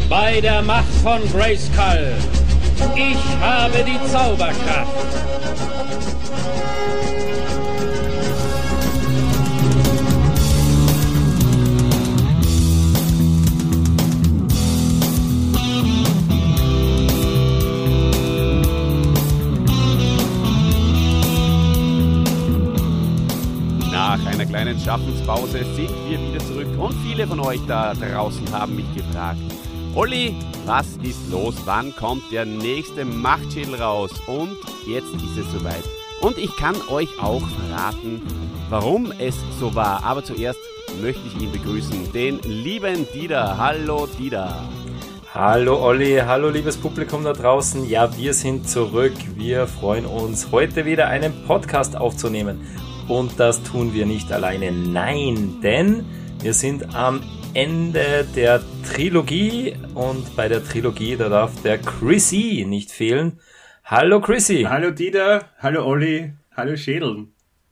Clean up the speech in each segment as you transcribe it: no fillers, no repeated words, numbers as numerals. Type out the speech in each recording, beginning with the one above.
bei der Macht von Grayskull. Ich habe die Zauberkraft. Nach einer kleinen Schaffenspause sind wir wieder zurück und viele von euch da draußen haben mich gefragt: Olli, was ist los? Wann kommt der nächste Machtschädel raus? Und jetzt ist es soweit. Und ich kann euch auch verraten, warum es so war. Aber zuerst möchte ich ihn begrüßen, den lieben Dieter. Hallo Dieter. Hallo Olli, hallo liebes Publikum da draußen. Ja, wir sind zurück. Wir freuen uns, heute wieder einen Podcast aufzunehmen. Und das tun wir nicht alleine. Nein, denn wir sind am Ende der Trilogie und bei der Trilogie, da darf der Chrissy nicht fehlen. Hallo Chrissy. Hallo Dieter, hallo Olli, hallo Schädeln.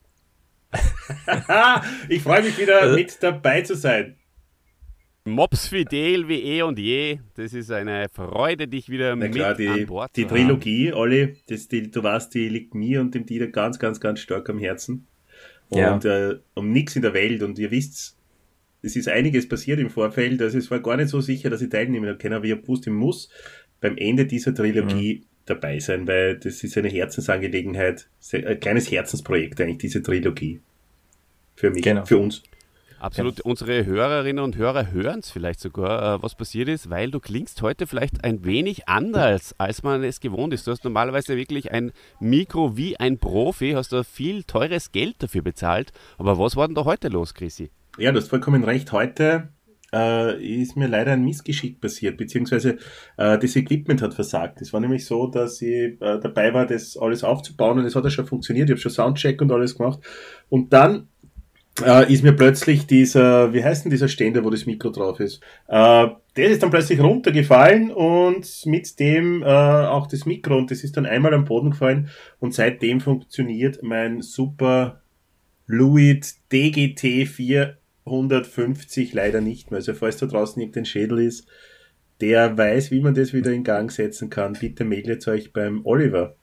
Ich freue mich wieder mit dabei zu sein. Mobsfidel wie eh und je. Das ist eine Freude, dich wieder an Bord zu haben. Die Trilogie, Olli, du weißt, die liegt mir und dem Dieter ganz, ganz, ganz stark am Herzen. Und um nichts in der Welt. Und ihr wisst, es ist einiges passiert im Vorfeld. Also es war gar nicht so sicher, dass ich teilnehmen kann, aber ich habe gewusst, ich muss beim Ende dieser Trilogie dabei sein, weil das ist eine Herzensangelegenheit, ein kleines Herzensprojekt eigentlich, diese Trilogie. Für mich, für uns. Absolut. Ja. Unsere Hörerinnen und Hörer hören es vielleicht sogar, was passiert ist, weil du klingst heute vielleicht ein wenig anders, als man es gewohnt ist. Du hast normalerweise wirklich ein Mikro wie ein Profi, hast du viel teures Geld dafür bezahlt. Aber was war denn da heute los, Chrissy? Ja, du hast vollkommen recht. Heute ist mir leider ein Missgeschick passiert, beziehungsweise das Equipment hat versagt. Es war nämlich so, dass ich dabei war, das alles aufzubauen und es hat ja schon funktioniert. Ich habe schon Soundcheck und alles gemacht. Und dann ist mir plötzlich dieser, wie heißt denn dieser Ständer, wo das Mikro drauf ist? Der ist dann plötzlich runtergefallen und mit dem auch das Mikro, und das ist dann einmal am Boden gefallen und seitdem funktioniert mein Super Fluid DGT 450 leider nicht mehr. Also falls da draußen irgendein Schädel ist, der weiß, wie man das wieder in Gang setzen kann, bitte meldet euch beim Oliver.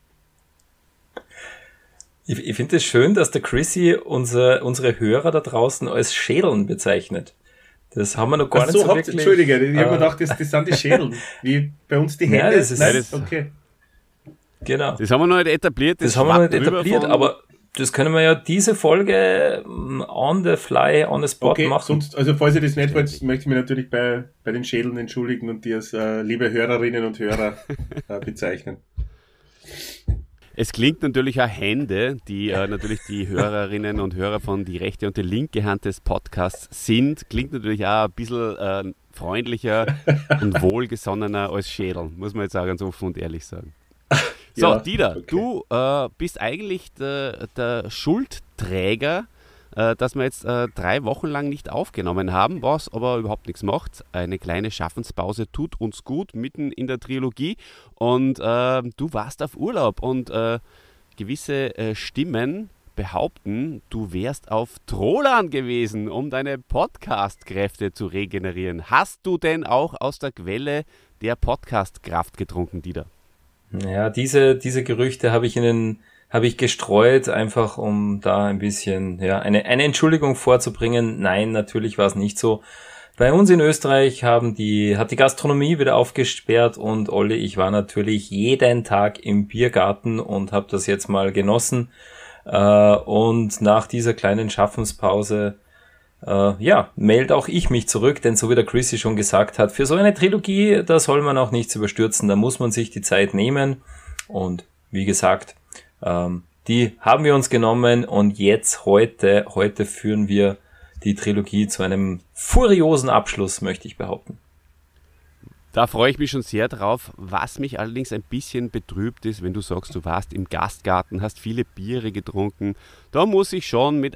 Ich finde es schön, dass der Chrissy unsere Hörer da draußen als Schädeln bezeichnet. Das haben wir noch gar nicht so wirklich. Entschuldige, ich habe mir gedacht, das sind die Schädeln. Wie bei uns die Hände. Nein, okay. Genau. Das haben wir noch nicht etabliert. Das haben wir noch nicht etabliert, aber das können wir ja diese Folge on the fly, on the spot machen. Sonst, also falls ihr das nicht wollt, möchte ich mich natürlich bei den Schädeln entschuldigen und die als liebe Hörerinnen und Hörer bezeichnen. Es klingt natürlich auch Hände, die natürlich die Hörerinnen und Hörer von die rechte und die linke Hand des Podcasts sind. Klingt natürlich auch ein bisschen freundlicher und wohlgesonnener als Schädel, muss man jetzt auch ganz offen und ehrlich sagen. So, ja, Dieter, okay. Du bist eigentlich der Schuldträger, dass wir jetzt 3 Wochen lang nicht aufgenommen haben, was aber überhaupt nichts macht. Eine kleine Schaffenspause tut uns gut, mitten in der Trilogie. Und du warst auf Urlaub und gewisse Stimmen behaupten, du wärst auf Trolan gewesen, um deine Podcast-Kräfte zu regenerieren. Hast du denn auch aus der Quelle der Podcast-Kraft getrunken, Dieter? Ja, diese Gerüchte habe ich gestreut, einfach um da ein bisschen eine Entschuldigung vorzubringen. Nein, natürlich war es nicht so. Bei uns in Österreich hat die Gastronomie wieder aufgesperrt und Olli, ich war natürlich jeden Tag im Biergarten und habe das jetzt mal genossen. Und nach dieser kleinen Schaffenspause melde auch ich mich zurück, denn so wie der Chrissy schon gesagt hat, für so eine Trilogie, da soll man auch nichts überstürzen, da muss man sich die Zeit nehmen und wie gesagt, die haben wir uns genommen und jetzt heute führen wir die Trilogie zu einem furiosen Abschluss, möchte ich behaupten. Da freue ich mich schon sehr drauf. Was mich allerdings ein bisschen betrübt ist, wenn du sagst, du warst im Gastgarten, hast viele Biere getrunken, da muss ich schon mit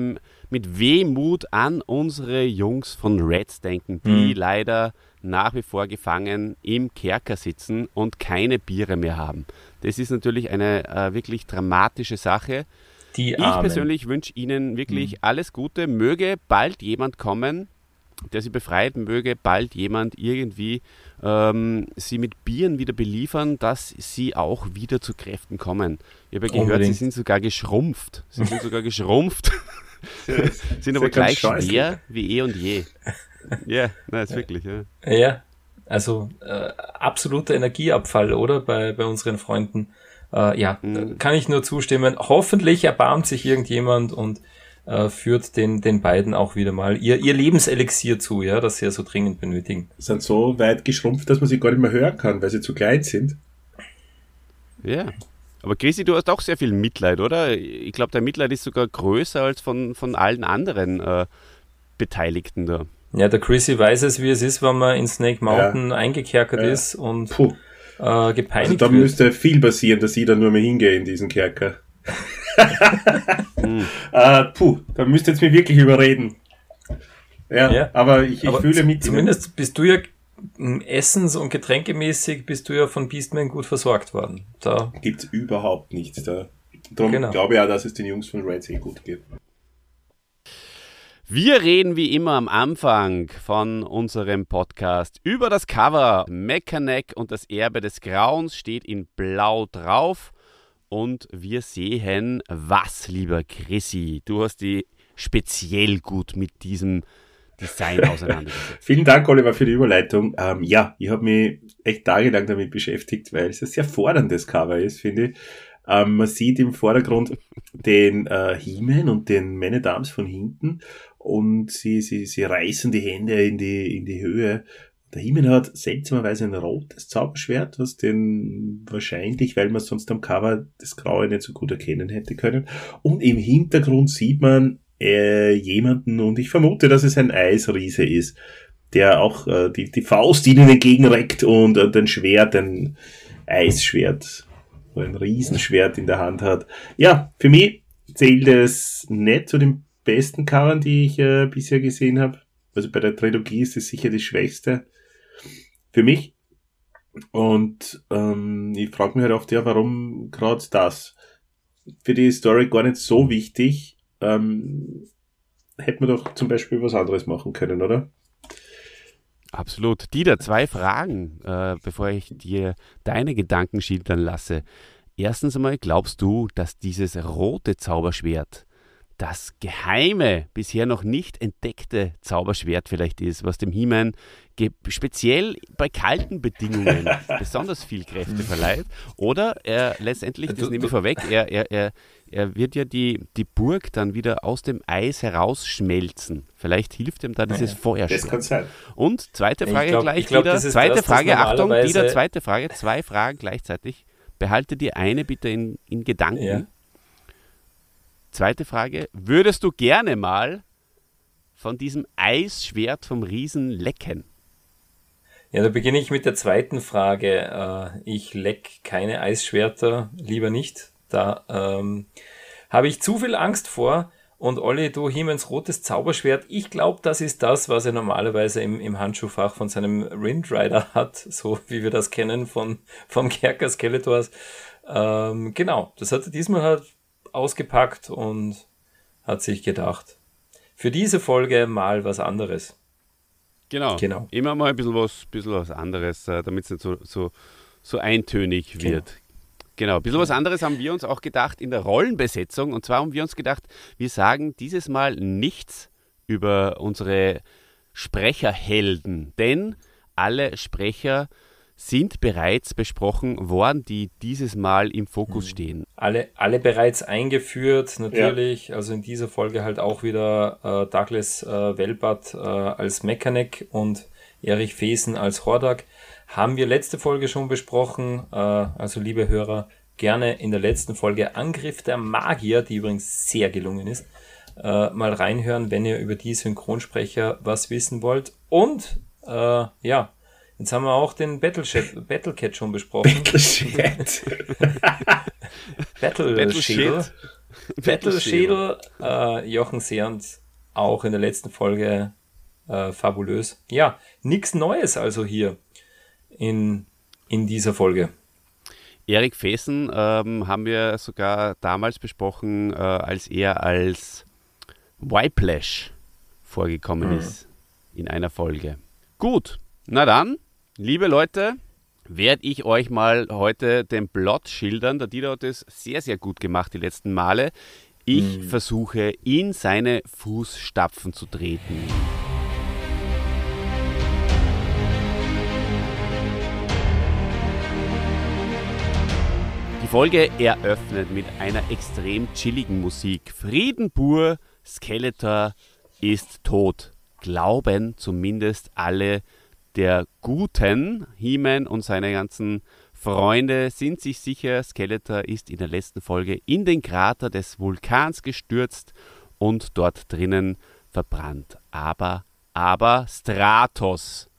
Wehmut an unsere Jungs von Reds denken, die leider nach wie vor gefangen im Kerker sitzen und keine Biere mehr haben. Das ist natürlich eine wirklich dramatische Sache. Ich persönlich wünsche Ihnen wirklich alles Gute. Möge bald jemand kommen der sie befreit, möge bald jemand irgendwie sie mit Bieren wieder beliefern, dass sie auch wieder zu Kräften kommen. Ich habe ja gehört, sie sind sogar geschrumpft. Sind aber gleich schwer wie eh und je. Ja, ist wirklich. Ja, ja, also absoluter Energieabfall, oder? Bei unseren Freunden. Kann ich nur zustimmen. Hoffentlich erbarmt sich irgendjemand und führt den beiden auch wieder mal ihr Lebenselixier zu, ja, das sie ja so dringend benötigen. Sind so weit geschrumpft, dass man sie gar nicht mehr hören kann, weil sie zu klein sind. Ja. Aber Chrissy, du hast auch sehr viel Mitleid, oder? Ich glaube, dein Mitleid ist sogar größer als von allen anderen Beteiligten da. Ja, der Chrissy weiß es, wie es ist, wenn man in Snake Mountain eingekerkert ist und gepeinigt also da wird. Müsste viel passieren, dass ich da nur mehr hingehe in diesen Kerker. Da müsst ihr jetzt mich wirklich überreden. Ja. Aber ich fühle mit. Zumindest bist du ja essens- und getränkemäßig bist du ja von Beastman gut versorgt worden. Da gibt's überhaupt nichts da. Darum glaube ich auch, dass es den Jungs von Red Sea gut geht. Wir reden wie immer am Anfang von unserem Podcast über das Cover. Mechanic und das Erbe des Grauens steht in Blau drauf. Und wir sehen, was, lieber Chrissy, du hast dich speziell gut mit diesem Design auseinandergesetzt. Vielen Dank, Oliver, für die Überleitung. Ich habe mich echt tagelang damit beschäftigt, weil es ein sehr forderndes Cover ist, finde ich. Man sieht im Vordergrund den He-Man und den Man-at-Arms von hinten und sie reißen die Hände in die Höhe. Der He-Man hat seltsamerweise ein rotes Zauberschwert, was den wahrscheinlich, weil man sonst am Cover das Graue nicht so gut erkennen hätte können. Und im Hintergrund sieht man jemanden, und ich vermute, dass es ein Eisriese ist, der auch die Faust ihnen entgegenreckt und ein Schwert, ein Eisschwert, ein Riesenschwert in der Hand hat. Ja, für mich zählt es nicht zu den besten Covern, die ich bisher gesehen habe. Also bei der Trilogie ist es sicher die schwächste für mich. Und ich frage mich halt oft, warum gerade das? Für die Story gar nicht so wichtig. Hätte man doch zum Beispiel was anderes machen können, oder? Absolut. Dieter, 2 Fragen, bevor ich dir deine Gedanken schildern lasse. Erstens einmal, glaubst du, dass dieses rote Zauberschwert das geheime, bisher noch nicht entdeckte Zauberschwert vielleicht ist, was dem He-Man speziell bei kalten Bedingungen besonders viel Kräfte verleiht? Oder er letztendlich, das nehme ich vorweg, er wird ja die Burg dann wieder aus dem Eis herausschmelzen. Vielleicht hilft ihm da dieses Feuerschwert. Das kann sein. Und zweite Frage wieder. Zweite Frage, Achtung, wieder zweite Frage, 2 Fragen gleichzeitig. Behalte dir eine bitte in Gedanken. Ja. Zweite Frage, würdest du gerne mal von diesem Eisschwert vom Riesen lecken? Ja, da beginne ich mit der zweiten Frage. Ich leck keine Eisschwerter, lieber nicht. Da habe ich zu viel Angst vor. Und Olli, du, He-Mans rotes Zauberschwert, ich glaube, das ist das, was er normalerweise im Handschuhfach von seinem Windrider hat, so wie wir das kennen vom Kerker Skeletors. Genau, das hat er diesmal halt ausgepackt und hat sich gedacht, für diese Folge mal was anderes. Genau. Immer mal ein bisschen was anderes, damit es nicht so eintönig wird. Genau, ein bisschen was anderes haben wir uns auch gedacht in der Rollenbesetzung. Und zwar haben wir uns gedacht, wir sagen dieses Mal nichts über unsere Sprecherhelden, denn alle Sprecher sind bereits besprochen worden, die dieses Mal im Fokus stehen. Alle bereits eingeführt, natürlich. Ja. Also in dieser Folge halt auch wieder Douglas Welbert als Mechanic und Erich Fesen als Hordak. Haben wir letzte Folge schon besprochen. Also liebe Hörer, gerne in der letzten Folge Angriff der Magier, die übrigens sehr gelungen ist, mal reinhören, wenn ihr über die Synchronsprecher was wissen wollt. Und jetzt haben wir auch den Battlecat schon besprochen. Battleschädel. Jochen Sernt auch in der letzten Folge fabulös. Ja, nichts Neues also hier in dieser Folge. Erich Fesen haben wir sogar damals besprochen, als er als Whiplash vorgekommen ist. in einer Folge. Gut, na dann, liebe Leute, werde ich euch mal heute den Plot schildern. Der Dieter hat es sehr, sehr gut gemacht die letzten Male. Ich versuche, in seine Fußstapfen zu treten. Die Folge eröffnet mit einer extrem chilligen Musik. Frieden pur, Skeletor ist tot. Glauben zumindest alle der Guten. He-Man und seine ganzen Freunde sind sich sicher, Skeletor ist in der letzten Folge in den Krater des Vulkans gestürzt und dort drinnen verbrannt. Aber Stratos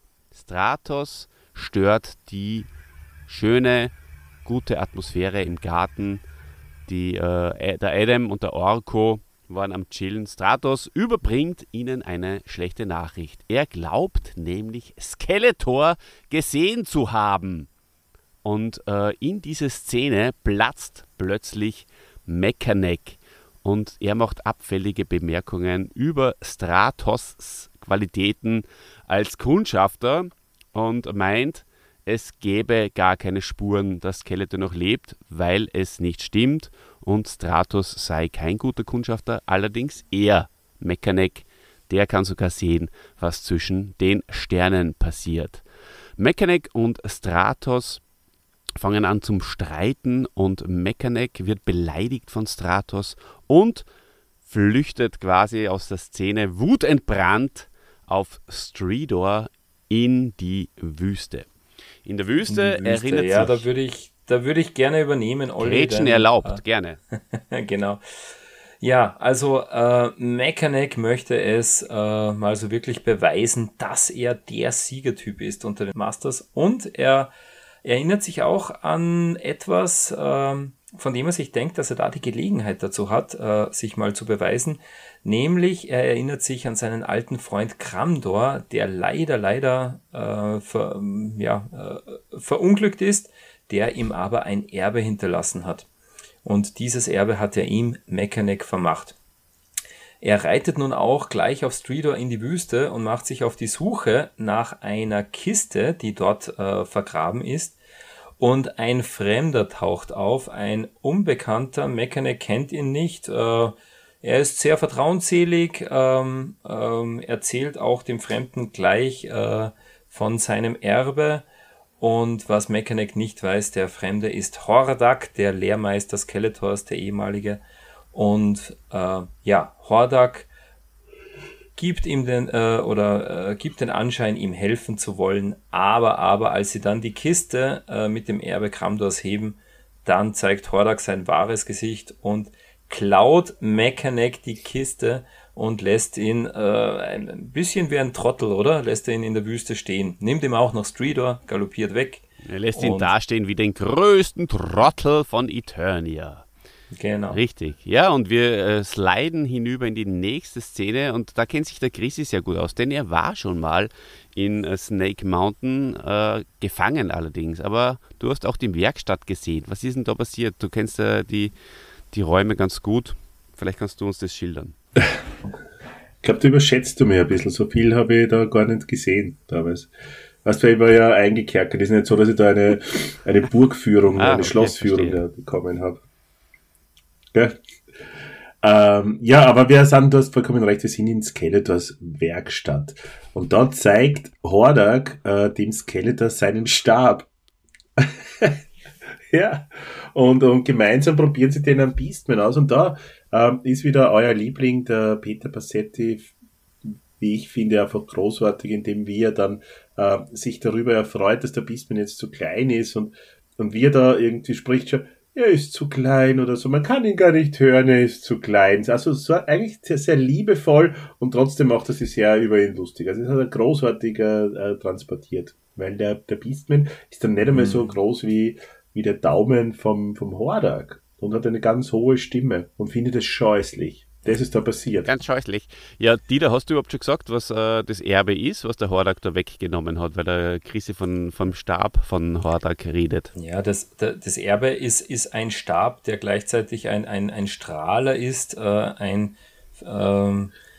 stört die schöne, gute Atmosphäre im Garten. Der Adam und der Orko waren am Chillen. Stratos überbringt ihnen eine schlechte Nachricht. Er glaubt nämlich, Skeletor gesehen zu haben. Und in diese Szene platzt plötzlich Mekaneck. Und er macht abfällige Bemerkungen über Stratos' Qualitäten als Kundschafter und meint, es gäbe gar keine Spuren, dass Skeletor noch lebt, weil es nicht stimmt und Stratos sei kein guter Kundschafter. Allerdings er, Mekaneck, der kann sogar sehen, was zwischen den Sternen passiert. Mekaneck und Stratos fangen an zum Streiten und Mekaneck wird beleidigt von Stratos und flüchtet quasi aus der Szene wutentbrannt auf Stridor in die Wüste. In der Wüste erinnert ja, sich... da würde ich gerne übernehmen, Olli. Gretchen erlaubt, gerne. Genau. Ja, also Mekaneck möchte es mal so wirklich beweisen, dass er der Siegertyp ist unter den Masters und er erinnert sich auch an etwas, von dem er sich denkt, dass er da die Gelegenheit dazu hat, sich mal zu beweisen. Nämlich, er erinnert sich an seinen alten Freund Kramdor, der leider verunglückt ist, der ihm aber ein Erbe hinterlassen hat. Und dieses Erbe hat er ihm, Mekaneck, vermacht. Er reitet nun auch gleich auf Stridor in die Wüste und macht sich auf die Suche nach einer Kiste, die dort vergraben ist. Und ein Fremder taucht auf, ein Unbekannter. Mekaneck kennt ihn nicht. Er ist sehr vertrauensselig, erzählt auch dem Fremden gleich von seinem Erbe. Und was Mekaneck nicht weiß, der Fremde ist Hordak, der Lehrmeister Skeletors, der ehemalige. Und Hordak gibt ihm gibt den Anschein, ihm helfen zu wollen. Aber als sie dann die Kiste mit dem Erbe Kramdors heben, dann zeigt Hordak sein wahres Gesicht und klaut Mekaneck die Kiste und lässt ihn ein bisschen wie ein Trottel, oder? Lässt er ihn in der Wüste stehen. Nimmt ihm auch noch Stridor, galoppiert weg. Er lässt ihn dastehen wie den größten Trottel von Eternia. Genau. Richtig. Ja, und wir sliden hinüber in die nächste Szene und da kennt sich der Chrissy sehr gut aus, denn er war schon mal in Snake Mountain gefangen allerdings. Aber du hast auch die Werkstatt gesehen. Was ist denn da passiert? Du kennst die Räume ganz gut. Vielleicht kannst du uns das schildern. Ich glaube, da überschätzt du mir ein bisschen. So viel habe ich da gar nicht gesehen damals. Weißt du, ich war ja eingekerkert. Es ist nicht so, dass ich da eine Burgführung, eine Schlossführung da bekommen habe. Gell? Aber du hast vollkommen recht, wir sind in Skeletors Werkstatt. Und da zeigt Hordak dem Skeletor seinen Stab. Ja, und gemeinsam probieren sie den am Beastman aus. Und da ist wieder euer Liebling, der Peter Passetti, wie ich finde, einfach großartig, indem wie er dann sich darüber erfreut, dass der Beastman jetzt zu klein ist und wie er da irgendwie spricht schon, er ist zu klein oder so, man kann ihn gar nicht hören, er ist zu klein. Also so eigentlich sehr, sehr liebevoll und trotzdem macht er sich sehr über ihn lustig. Also das hat er großartig transportiert, weil der Beastman ist dann nicht einmal so groß wie der Daumen vom Hordak und hat eine ganz hohe Stimme und findet es scheußlich. Das ist da passiert. Ganz scheußlich. Ja, Dieter, hast du überhaupt schon gesagt, was das Erbe ist, was der Hordak da weggenommen hat, weil der Chrissy vom Stab von Hordak redet? Ja, das Erbe ist ein Stab, der gleichzeitig ein Strahler ist, ein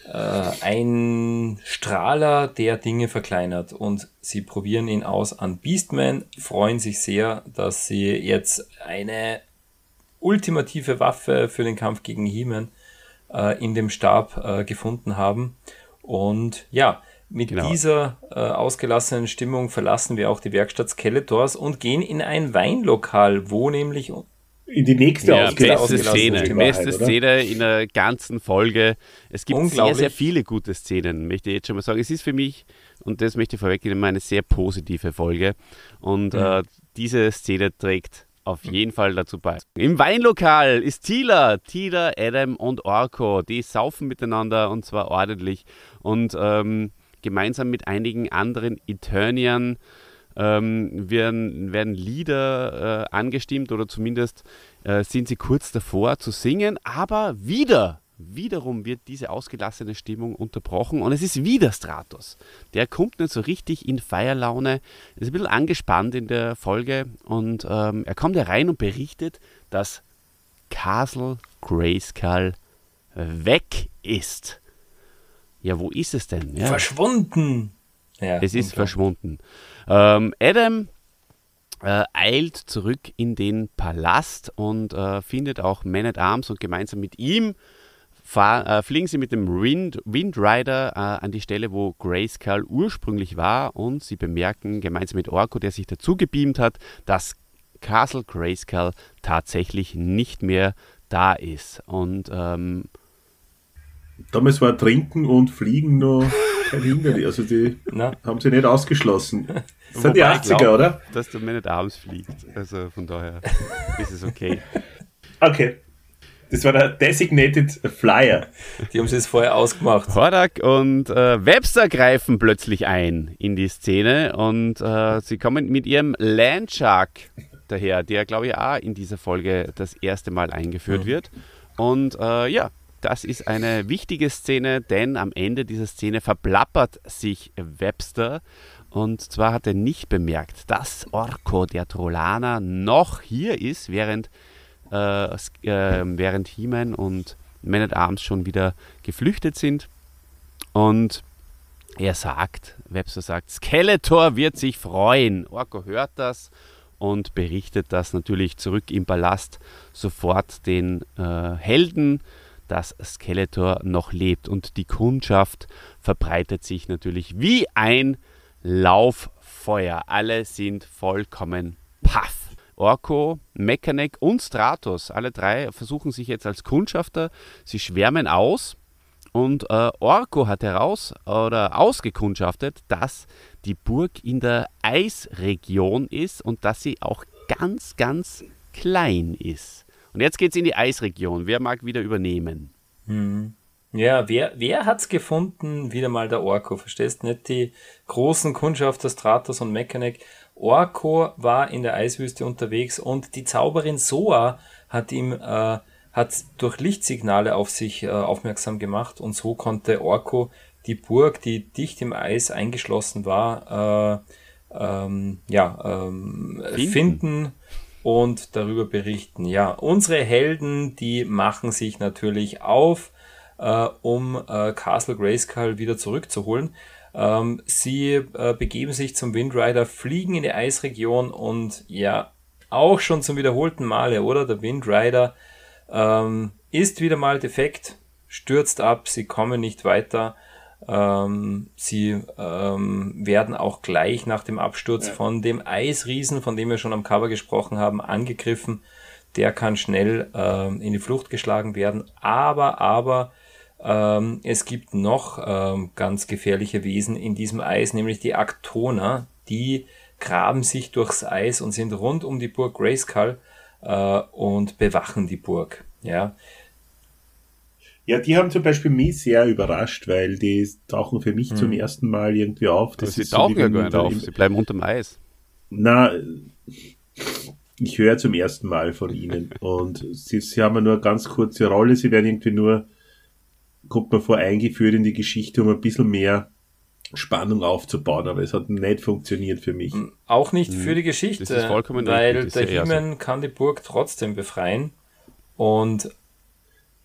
ein Strahler, der Dinge verkleinert, und sie probieren ihn aus an Beastman, freuen sich sehr, dass sie jetzt eine ultimative Waffe für den Kampf gegen He-Man in dem Stab gefunden haben. Und ja, mit dieser ausgelassenen Stimmung verlassen wir auch die Werkstatt Skeletors und gehen in ein Weinlokal, wo nämlich in die nächste beste Szene in der ganzen Folge. Es gibt sehr, sehr viele gute Szenen, möchte ich jetzt schon mal sagen. Es ist für mich, und das möchte ich vorwegnehmen, eine sehr positive Folge. Und diese Szene trägt auf jeden Fall dazu bei. Im Weinlokal ist Teela, Adam und Orko. Die saufen miteinander, und zwar ordentlich. Und gemeinsam mit einigen anderen Eterniern werden Lieder angestimmt, oder zumindest sind sie kurz davor zu singen, aber wiederum wird diese ausgelassene Stimmung unterbrochen, und es ist wieder Stratos. Der kommt nicht so richtig in Feierlaune, ist ein bisschen angespannt in der Folge, und er kommt herein und berichtet, dass Castle Grayskull weg ist. Ja, wo ist es denn? Ja. Verschwunden! Ja, es ist verschwunden. Adam eilt zurück in den Palast und findet auch Man-at-Arms, und gemeinsam mit ihm fliegen sie mit dem Wind Rider an die Stelle, wo Grayskull ursprünglich war, und sie bemerken gemeinsam mit Orko, der sich dazu gebeamt hat, dass Castle Grayskull tatsächlich nicht mehr da ist. Und damals war Trinken und Fliegen noch kein Hindernis. Also die haben sie nicht ausgeschlossen. Das sind die 80er, oder? Dass der Man-at-Arms fliegt. Also von daher ist es okay. Okay. Das war der Designated Flyer. Die haben sie es vorher ausgemacht. Hordak und Webster greifen plötzlich ein in die Szene, und sie kommen mit ihrem Landshark daher, der, glaube ich, auch in dieser Folge das erste Mal eingeführt wird. Und das ist eine wichtige Szene, denn am Ende dieser Szene verplappert sich Webster, und zwar hat er nicht bemerkt, dass Orko, der Trollaner, noch hier ist, während He-Man und Man-at-Arms schon wieder geflüchtet sind. Und Webster sagt, Skeletor wird sich freuen. Orko hört das und berichtet das natürlich zurück im Palast sofort den Helden, dass Skeletor noch lebt, und die Kundschaft verbreitet sich natürlich wie ein Lauffeuer. Alle sind vollkommen paff. Orko, Mekanek und Stratos, alle drei versuchen sich jetzt als Kundschafter. Sie schwärmen aus, und Orko hat ausgekundschaftet, dass die Burg in der Eisregion ist und dass sie auch ganz, ganz klein ist. Und jetzt geht's in die Eisregion. Wer mag wieder übernehmen? Ja, wer hat's gefunden? Wieder mal der Orko. Verstehst nicht die großen Kundschafter Stratos und Mekanek. Orko war in der Eiswüste unterwegs, und die Zauberin Soa hat durch Lichtsignale auf sich aufmerksam gemacht, und so konnte Orko die Burg, die dicht im Eis eingeschlossen war, finden und darüber berichten. Ja, unsere Helden, die machen sich natürlich auf, um Castle Grayskull wieder zurückzuholen. Sie begeben sich zum Windrider, fliegen in die Eisregion, und ja, auch schon zum wiederholten Male, oder? Der Windrider ist wieder mal defekt, stürzt ab, sie kommen nicht weiter. Sie werden auch gleich nach dem Absturz von dem Eisriesen, von dem wir schon am Cover gesprochen haben, angegriffen. Der kann schnell in die Flucht geschlagen werden, aber es gibt noch ganz gefährliche Wesen in diesem Eis, nämlich die Aktona. Die graben sich durchs Eis und sind rund um die Burg Grayskull und bewachen die Burg. Ja, die haben zum Beispiel mich sehr überrascht, weil die tauchen für mich zum ersten Mal irgendwie auf. Sie tauchen ja gar nicht auf, sie bleiben unterm Eis. Na, ich höre zum ersten Mal von ihnen, und sie haben ja nur eine ganz kurze Rolle, sie werden irgendwie kommt mir vor, eingeführt in die Geschichte, um ein bisschen mehr Spannung aufzubauen, aber es hat nicht funktioniert für mich. Auch nicht für die Geschichte, das ist vollkommen weil richtig, der He-Man kann die Burg trotzdem befreien, und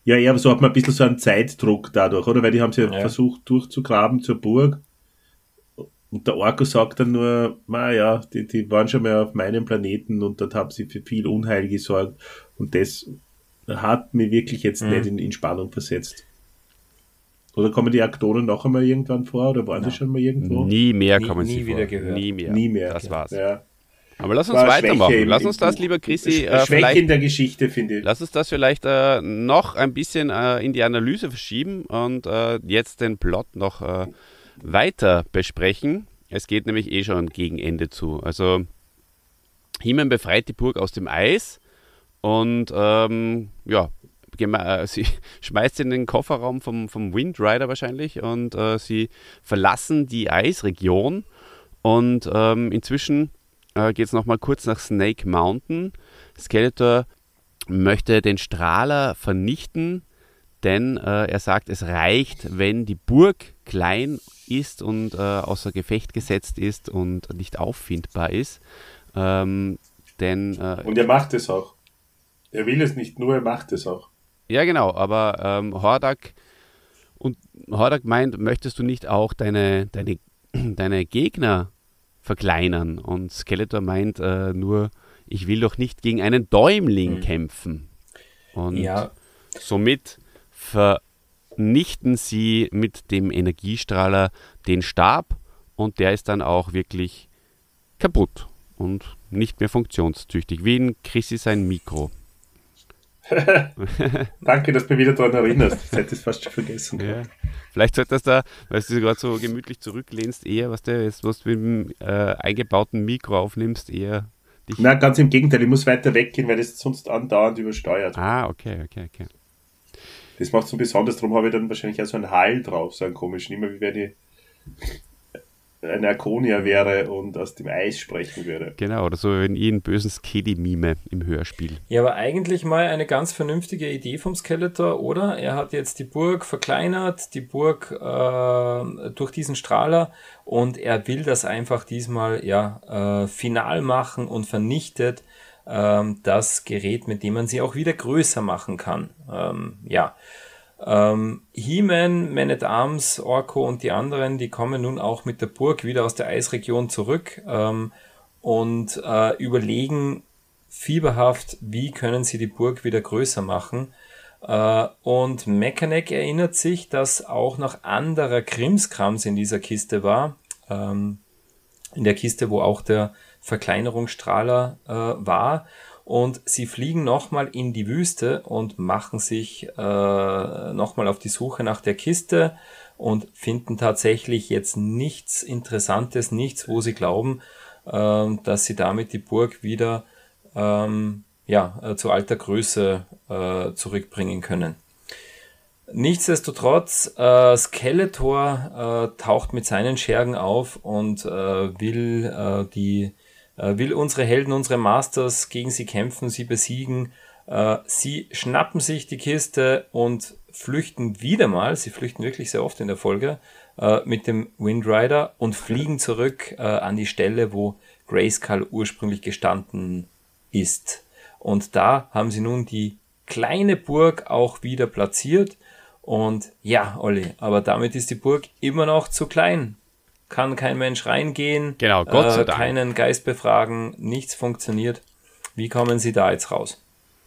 Ja, aber so hat man ein bisschen so einen Zeitdruck dadurch, oder? Weil die haben sie ja versucht durchzugraben zur Burg. Und der Orko sagt dann nur, naja, die waren schon mal auf meinem Planeten und dort haben sie für viel Unheil gesorgt. Und das hat mich wirklich jetzt nicht in Spannung versetzt. Oder kommen die Aktoren noch einmal irgendwann vor? Oder waren sie schon mal irgendwo? Nie mehr kommen sie nie wieder vor. Gehört. Nie mehr. Das war's. Ja. Aber lass uns weitermachen. Lass uns das, lieber Chrissy, Schwäche in der Geschichte, finde ich. Lass uns das vielleicht noch ein bisschen in die Analyse verschieben und jetzt den Plot noch weiter besprechen. Es geht nämlich eh schon gegen Ende zu. Also He-Man befreit die Burg aus dem Eis und sie schmeißt in den Kofferraum vom Wind Rider wahrscheinlich und sie verlassen die Eisregion und inzwischen geht es nochmal kurz nach Snake Mountain. Skeletor möchte den Strahler vernichten, denn er sagt, es reicht, wenn die Burg klein ist und außer Gefecht gesetzt ist und nicht auffindbar ist. Und er macht es auch. Er will es nicht nur, er macht es auch. Ja, genau, aber Hordak meint, möchtest du nicht auch deine Gegner verkleinern? Und Skeletor meint nur, ich will doch nicht gegen einen Däumling kämpfen. Und somit vernichten sie mit dem Energiestrahler den Stab und der ist dann auch wirklich kaputt und nicht mehr funktionstüchtig, wie in Chrissy sein Mikro. Danke, dass du mich wieder daran erinnerst. Ich hätte es fast schon vergessen. Ja. Vielleicht solltest du, weil du gerade so gemütlich zurücklehnst, eher, was du mit dem eingebauten Mikro aufnimmst, eher dich... Nein, ganz im Gegenteil, ich muss weiter weggehen, weil das sonst andauernd übersteuert. Ah, okay. Das macht es so besonders, darum habe ich dann wahrscheinlich auch so einen Hall drauf, so einen komischen, immer wie wenn ich eine Arconia wäre und aus dem Eis sprechen würde. Genau, oder so wenn ich einen bösen Skedi mime im Hörspiel. Ja, aber eigentlich mal eine ganz vernünftige Idee vom Skeletor, oder? Er hat jetzt die Burg verkleinert, die Burg durch diesen Strahler und er will das einfach diesmal final machen und vernichtet das Gerät, mit dem man sie auch wieder größer machen kann. He-Man, Man-at-Arms, Orko und die anderen, die kommen nun auch mit der Burg wieder aus der Eisregion zurück und überlegen fieberhaft, wie können sie die Burg wieder größer machen. Und Mekaneck erinnert sich, dass auch noch anderer Krimskrams in dieser Kiste war. In der Kiste, wo auch der Verkleinerungsstrahler war. Und sie fliegen nochmal in die Wüste und machen sich nochmal auf die Suche nach der Kiste und finden tatsächlich jetzt nichts Interessantes, nichts, wo sie glauben, dass sie damit die Burg wieder zu alter Größe zurückbringen können. Nichtsdestotrotz, Skeletor taucht mit seinen Schergen auf und will unsere Helden, unsere Masters gegen sie kämpfen, sie besiegen. Sie schnappen sich die Kiste und flüchten wieder mal, sie flüchten wirklich sehr oft in der Folge, mit dem Wind Rider und fliegen zurück an die Stelle, wo Grayskull ursprünglich gestanden ist. Und da haben sie nun die kleine Burg auch wieder platziert. Und ja, Olli, aber damit ist die Burg immer noch zu klein. Kann kein Mensch reingehen, genau, Gott sei Dank. Keinen Geist befragen, nichts funktioniert. Wie kommen Sie da jetzt raus?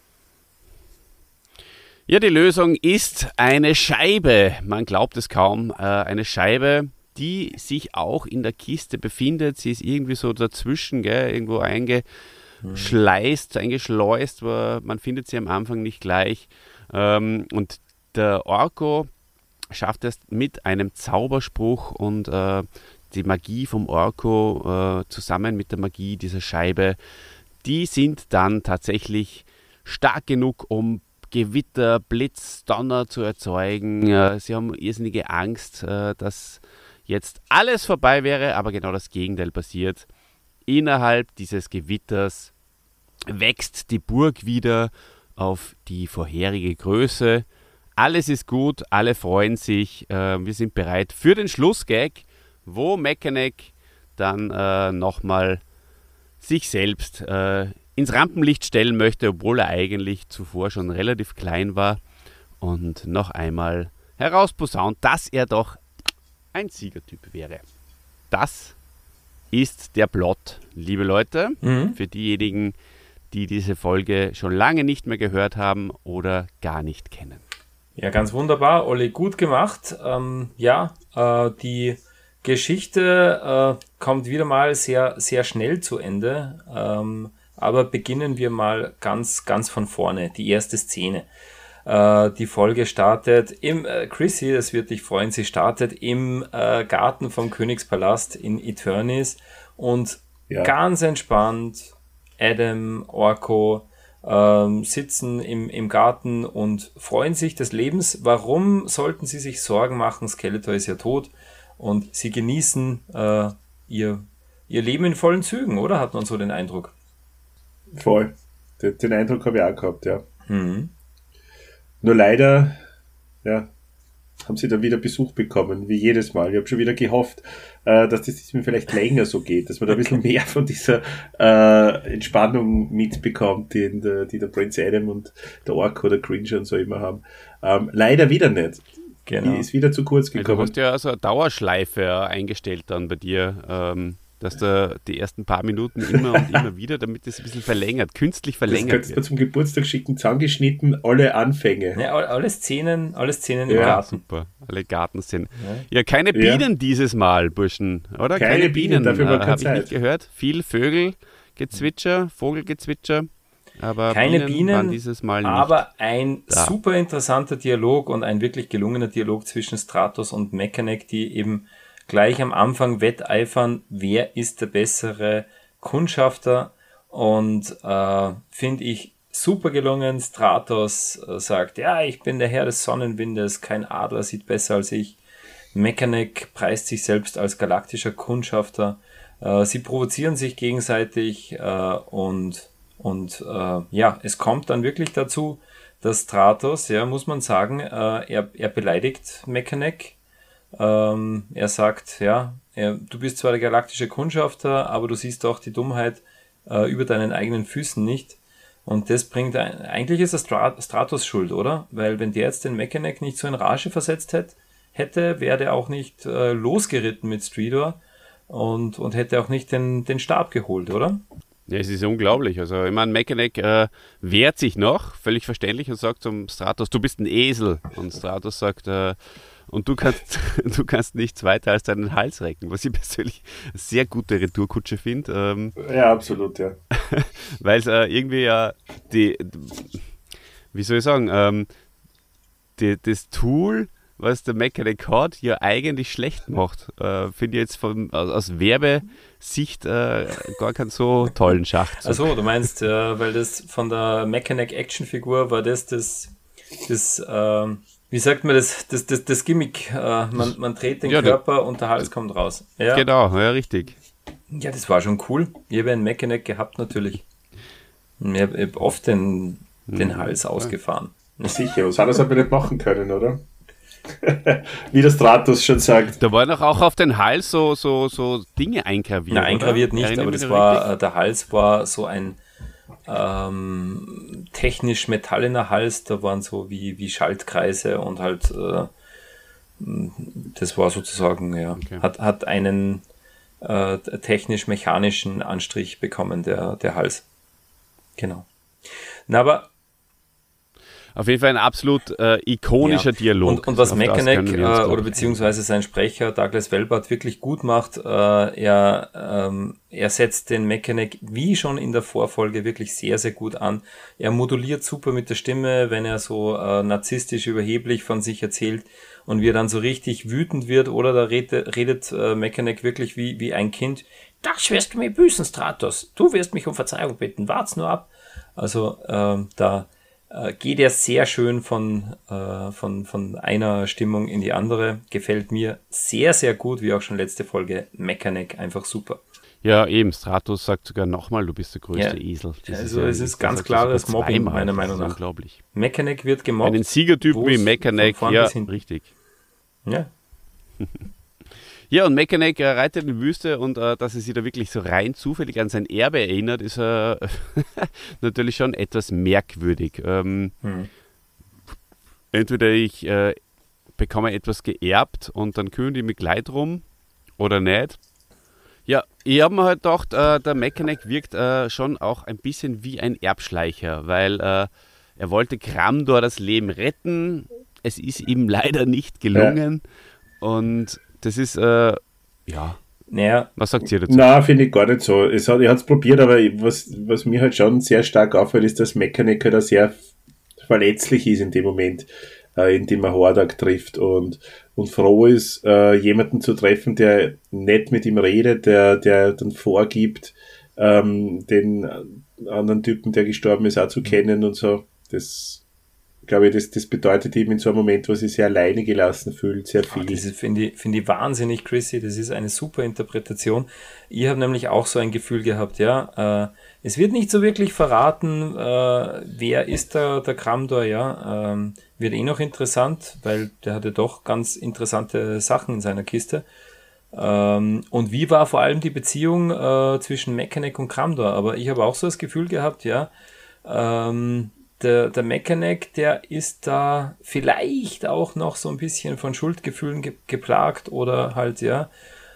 Ja, die Lösung ist eine Scheibe. Man glaubt es kaum. Eine Scheibe, die sich auch in der Kiste befindet. Sie ist irgendwie so dazwischen, irgendwo eingeschleust, aber man findet sie am Anfang nicht gleich. Und der Orko schafft es mit einem Zauberspruch und die Magie vom Orko zusammen mit der Magie dieser Scheibe, die sind dann tatsächlich stark genug, um Gewitter, Blitz, Donner zu erzeugen. Sie haben irrsinnige Angst, dass jetzt alles vorbei wäre, aber genau das Gegenteil passiert. Innerhalb dieses Gewitters wächst die Burg wieder auf die vorherige Größe. Alles ist gut, alle freuen sich. Wir sind bereit für den Schlussgag, wo Mekaneck dann nochmal sich selbst ins Rampenlicht stellen möchte, obwohl er eigentlich zuvor schon relativ klein war. und noch einmal herausposaunt, dass er doch ein Siegertyp wäre. Das ist der Plot, liebe Leute, für diejenigen, die diese Folge schon lange nicht mehr gehört haben oder gar nicht kennen. Ja, ganz wunderbar, Olli, gut gemacht. Die Geschichte kommt wieder mal sehr, sehr schnell zu Ende, aber beginnen wir mal ganz, ganz von vorne, die erste Szene. Die Folge startet Chrissy, das wird dich freuen, sie startet im Garten vom Königspalast in Eternis und ganz entspannt Adam, Orko sitzen im Garten und freuen sich des Lebens. Warum sollten sie sich Sorgen machen? Skeletor ist ja tot und sie genießen ihr Leben in vollen Zügen, oder? Hat man so den Eindruck? Voll. Den Eindruck habe ich auch gehabt, ja. Nur leider, haben sie dann wieder Besuch bekommen, wie jedes Mal. Ich habe schon wieder gehofft, dass das diesmal vielleicht länger so geht, dass man da ein bisschen mehr von dieser Entspannung mitbekommt, die der Prince Adam und der Orko oder Cringer und so immer haben. Leider wieder nicht. Genau. Die ist wieder zu kurz gekommen. Du hast ja also eine Dauerschleife eingestellt dann bei dir, dass da die ersten paar Minuten immer und immer wieder, damit das ein bisschen verlängert, künstlich verlängert wird. Das kannst du mir zum Geburtstag schicken, zusammengeschnitten, alle Anfänge. Ja, alle Szenen im Garten. Super, alle Gartenszenen. Ja, keine Bienen dieses Mal, Burschen, oder? Keine Bienen, dafür war keine Zeit. Habe ich nicht gehört. Viel Vogelgezwitscher, aber keine Bienen waren dieses Mal nicht. Aber ein super interessanter Dialog und ein wirklich gelungener Dialog zwischen Stratos und Mekanek, die eben gleich am Anfang wetteifern, wer ist der bessere Kundschafter, und finde ich super gelungen. Stratos sagt, ja, ich bin der Herr des Sonnenwindes, kein Adler sieht besser als ich. Mekanek preist sich selbst als galaktischer Kundschafter. Sie provozieren sich gegenseitig und es kommt dann wirklich dazu, dass Stratos, muss man sagen, er beleidigt Mekanek. Er sagt, du bist zwar der galaktische Kundschafter, aber du siehst doch die Dummheit über deinen eigenen Füßen nicht. Und das bringt, eigentlich ist das Stratos Schuld, oder? Weil wenn der jetzt den Mekanek nicht so in Rage versetzt hätte, wäre der auch nicht losgeritten mit Stridor und hätte auch nicht den Stab geholt, oder? Ja, es ist unglaublich. Also, ich meine, Mekanek wehrt sich noch, völlig verständlich, und sagt zum Stratos, du bist ein Esel. Und Stratos sagt, und du kannst nichts weiter als deinen Hals recken, was ich persönlich eine sehr gute Retourkutsche finde. Ja, absolut, ja. Weil es irgendwie wie soll ich sagen, das Tool, was der Mekanek hat, ja eigentlich schlecht macht. Finde ich jetzt aus Werbesicht gar keinen so tollen Schacht. Also du meinst, weil das von der Mekanek-Actionfigur war das wie sagt man das Gimmick? Man dreht den Körper und der Hals kommt raus. Ja. Genau, ja, richtig. Ja, das war schon cool. Ich habe einen Mekanek gehabt, natürlich. Ich habe oft den Hals ausgefahren. Sicher, was hat er aber nicht machen können, oder? Wie der Stratos schon sagt. Da waren auch auf den Hals so Dinge eingraviert. Nein, eingraviert nicht, aber das war, der Hals war so ein technisch metallener Hals, da waren so wie Schaltkreise und halt das war sozusagen, okay. Hat einen technisch-mechanischen Anstrich bekommen, der Hals. Genau. Na, aber auf jeden Fall ein absolut ikonischer Dialog. Und was Mekanek oder beziehungsweise sein Sprecher Douglas Welbart wirklich gut macht, er setzt den Mekanek wie schon in der Vorfolge wirklich sehr, sehr gut an. Er moduliert super mit der Stimme, wenn er so narzisstisch überheblich von sich erzählt und wie er dann so richtig wütend wird, oder da redet Mekanek wirklich wie ein Kind. Das wirst du mir büßen, Stratos. Du wirst mich um Verzeihung bitten. Wart's nur ab. Also da geht er sehr schön von einer Stimmung in die andere. Gefällt mir sehr, sehr gut, wie auch schon letzte Folge. Mekanek, einfach super. Ja, eben. Stratos sagt sogar nochmal, du bist der größte Esel. Also es ist ganz klares Mobbing, meiner Meinung nach. Unglaublich. Mekanek wird gemobbt. Einen Siegertypen wie Mekanek, ja, richtig. Ja. Ja, und Mekanek reitet in die Wüste, und dass er sich da wirklich so rein zufällig an sein Erbe erinnert, ist natürlich schon etwas merkwürdig. entweder ich bekomme etwas geerbt und dann kümmern die mich gleich drum oder nicht. Ja, ich habe mir halt gedacht, der Mechaneck wirkt schon auch ein bisschen wie ein Erbschleicher, weil er wollte Kramdor das Leben retten. Es ist ihm leider nicht gelungen. Ja. Und das ist, naja. Was sagt ihr dazu? Nein, finde ich gar nicht so. Er hat es probiert, aber was mir halt schon sehr stark auffällt, ist, dass Mechaneck halt auch sehr verletzlich ist in dem Moment, in dem er Hordak trifft und froh ist, jemanden zu treffen, der nicht mit ihm redet, der dann vorgibt, den anderen Typen, der gestorben ist, auch zu kennen und so. Das, glaube ich, das bedeutet ihm in so einem Moment, wo sie sehr alleine gelassen fühlt, sehr viel. Das finde ich wahnsinnig, Chrissy. Das ist eine super Interpretation. Ich habe nämlich auch so ein Gefühl gehabt, ja. Es wird nicht so wirklich verraten, wer ist der Kramdor, ja. Wird noch interessant, weil der hatte doch ganz interessante Sachen in seiner Kiste. Und wie war vor allem die Beziehung zwischen Mechaneck und Kramdor? Aber ich habe auch so das Gefühl gehabt, ja, der Mechaneck, der ist da vielleicht auch noch so ein bisschen von Schuldgefühlen geplagt oder halt, ja,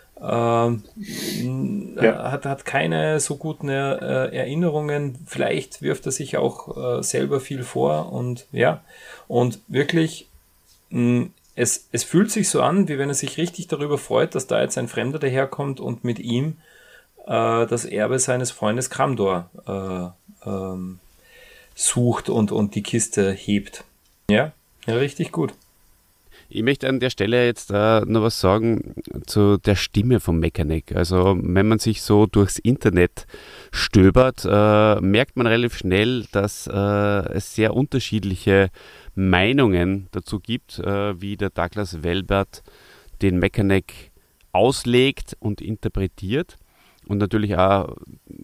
hat keine so guten Erinnerungen. Vielleicht wirft er sich auch selber viel vor und ja, und wirklich, es fühlt sich so an, wie wenn er sich richtig darüber freut, dass da jetzt ein Fremder daherkommt und mit ihm das Erbe seines Freundes Kramdor sucht und die Kiste hebt. Ja, richtig gut. Ich möchte an der Stelle jetzt noch was sagen zu der Stimme von Mechaneck. Also wenn man sich so durchs Internet stöbert, merkt man relativ schnell, dass es sehr unterschiedliche Meinungen dazu gibt, wie der Douglas Welbert den Mechaneck auslegt und interpretiert. Und natürlich auch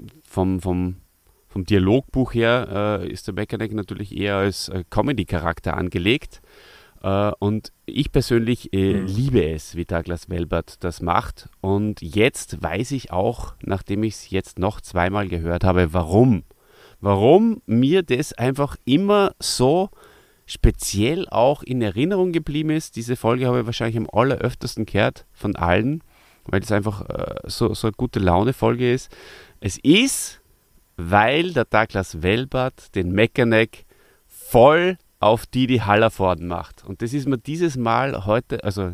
vom Dialogbuch her ist der Mechaneck natürlich eher als Comedy-Charakter angelegt. Und ich persönlich liebe es, wie Douglas Welbert das macht. Und jetzt weiß ich auch, nachdem ich es jetzt noch zweimal gehört habe, warum. Warum mir das einfach immer so speziell auch in Erinnerung geblieben ist. Diese Folge habe ich wahrscheinlich am alleröftersten gehört von allen, weil es einfach so eine gute Laune-Folge ist. Es ist, weil der Douglas Welbert den Mechaneck voll auf Didi Hallervorden macht. Und das ist mir dieses Mal heute, also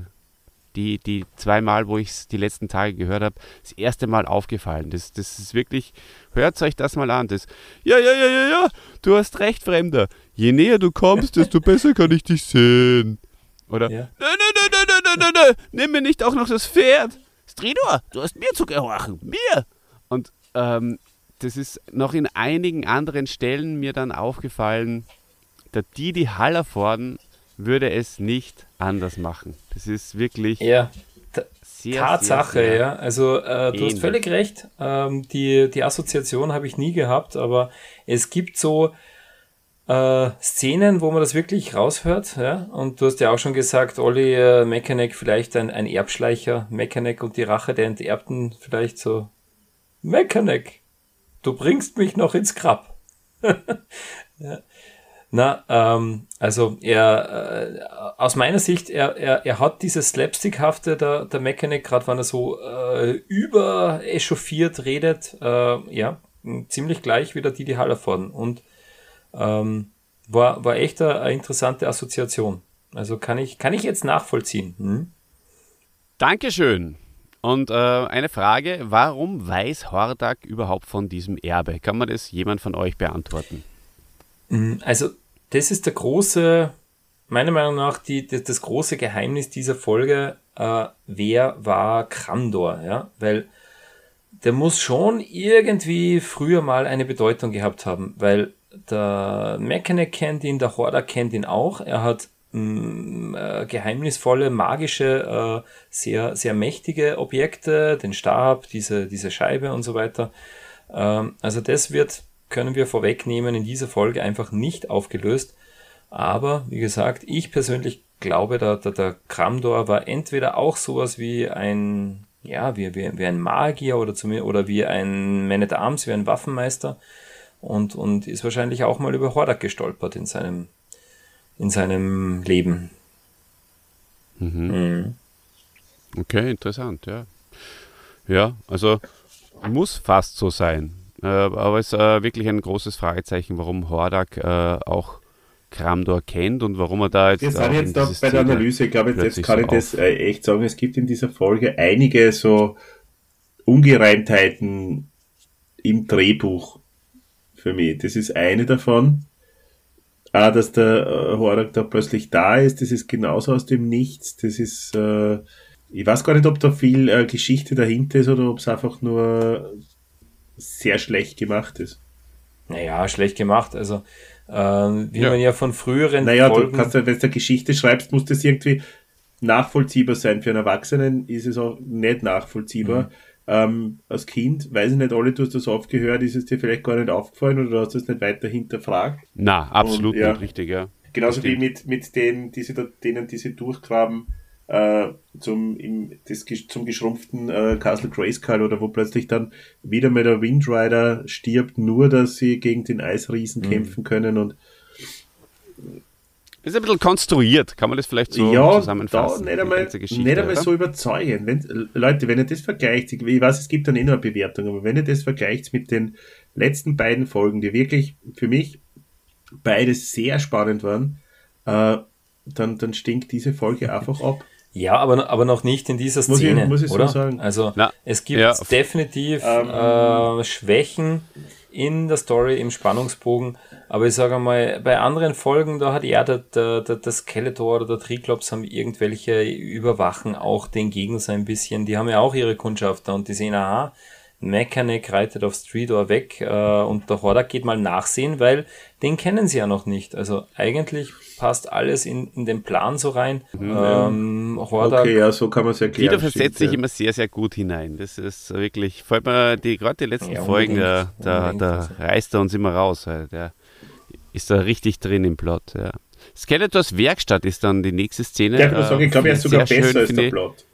die zweimal, wo ich es die letzten Tage gehört habe, das erste Mal aufgefallen. Das ist wirklich, hört euch das mal an. Das, ja, du hast recht, Fremder. Je näher du kommst, desto besser kann ich dich sehen. Oder, ja. Nein, nimm mir nicht auch noch das Pferd. Stridor, du hast mir zu gehorchen, mir. Und das ist noch in einigen anderen Stellen mir dann aufgefallen, der Didi Hallervorden würde es nicht anders machen. Das ist wirklich sehr, Tatsache, sehr ja. Also du hast völlig recht. Die Assoziation habe ich nie gehabt, aber es gibt so Szenen, wo man das wirklich raushört. Ja? Und du hast ja auch schon gesagt, Olli Mechaneck vielleicht ein Erbschleicher, Mechaneck und die Rache der Enterbten vielleicht so. Mechaneck, du bringst mich noch ins Grab. Ja. Also er, aus meiner Sicht, er hat dieses Slapstickhafte, der Mechaneck, gerade wenn er so überechauffiert redet, ziemlich gleich wie der Didi Hallervorden und war echt eine interessante Assoziation. Also kann ich jetzt nachvollziehen. Dankeschön. Und eine Frage, warum weiß Hordak überhaupt von diesem Erbe? Kann man das jemand von euch beantworten? Also das ist meiner Meinung nach, das große Geheimnis dieser Folge, wer war Kramdor, ja, weil der muss schon irgendwie früher mal eine Bedeutung gehabt haben, weil der Mechaneck kennt ihn, der Hordak kennt ihn auch, er hat geheimnisvolle, magische, sehr, sehr mächtige Objekte, den Stab, diese Scheibe und so weiter, also das können wir vorwegnehmen, in dieser Folge einfach nicht aufgelöst. Aber, wie gesagt, ich persönlich glaube, der Kramdor war entweder auch sowas wie ein Magier oder wie ein Man at Arms, wie ein Waffenmeister und ist wahrscheinlich auch mal über Hordak gestolpert in seinem in seinem Leben. Okay, interessant, ja. Ja, also muss fast so sein. Aber es ist wirklich ein großes Fragezeichen, warum Hordak auch Kramdor kennt und warum er da jetzt. Wir sind jetzt da bei der Analyse, ich glaube, jetzt kann ich das echt sagen, es gibt in dieser Folge einige so Ungereimtheiten im Drehbuch für mich. Das ist eine davon. Auch, dass der Hordak da plötzlich da ist, das ist genauso aus dem Nichts. Das ist, ich weiß gar nicht, ob da viel Geschichte dahinter ist oder ob es einfach nur sehr schlecht gemacht ist. Naja, schlecht gemacht. Also, wie man ja von früheren Folgen... Du kannst ja, wenn du Geschichte schreibst, muss das irgendwie nachvollziehbar sein. Für einen Erwachsenen ist es auch nicht nachvollziehbar. Als Kind, weiß ich nicht, alle, du hast das oft gehört, ist es dir vielleicht gar nicht aufgefallen oder du hast das nicht weiter hinterfragt? Na, absolut nicht richtig, ja. Genauso wie mit denen, die sie durchgraben zum geschrumpften Castle Grayskull oder wo plötzlich dann wieder mal der Windrider stirbt, nur dass sie gegen den Eisriesen kämpfen können und ist ein bisschen konstruiert, kann man das vielleicht so zusammenfassen? Ja, nicht einmal so überzeugend. Leute, wenn ihr das vergleicht, ich weiß, es gibt dann nur eine Bewertung, aber wenn ihr das vergleicht mit den letzten beiden Folgen, die wirklich für mich beides sehr spannend waren, dann stinkt diese Folge einfach ab. Ja, aber noch nicht in dieser Szene, muss ich oder? So sagen. Also es gibt definitiv Schwächen in der Story, im Spannungsbogen, aber ich sage mal, bei anderen Folgen, da hat der Skeletor oder der Triklops haben irgendwelche überwachen auch den Gegner so ein bisschen, die haben ja auch ihre Kundschafter und die sehen, aha, Mechanic reitet auf Streetor weg und der Hordak geht mal nachsehen, weil den kennen sie ja noch nicht. Also eigentlich passt alles in den Plan so rein. Hordak, okay, ja, so kann man es erklären. Dieter versetzt sich immer sehr, sehr gut hinein. Das ist wirklich, vor allem gerade die letzten Folgen, da reißt er uns immer raus. Der ist da richtig drin im Plot. Ja. Skeletors Werkstatt ist dann die nächste Szene. Ja, ich glaube, er ist sogar besser als der Plot.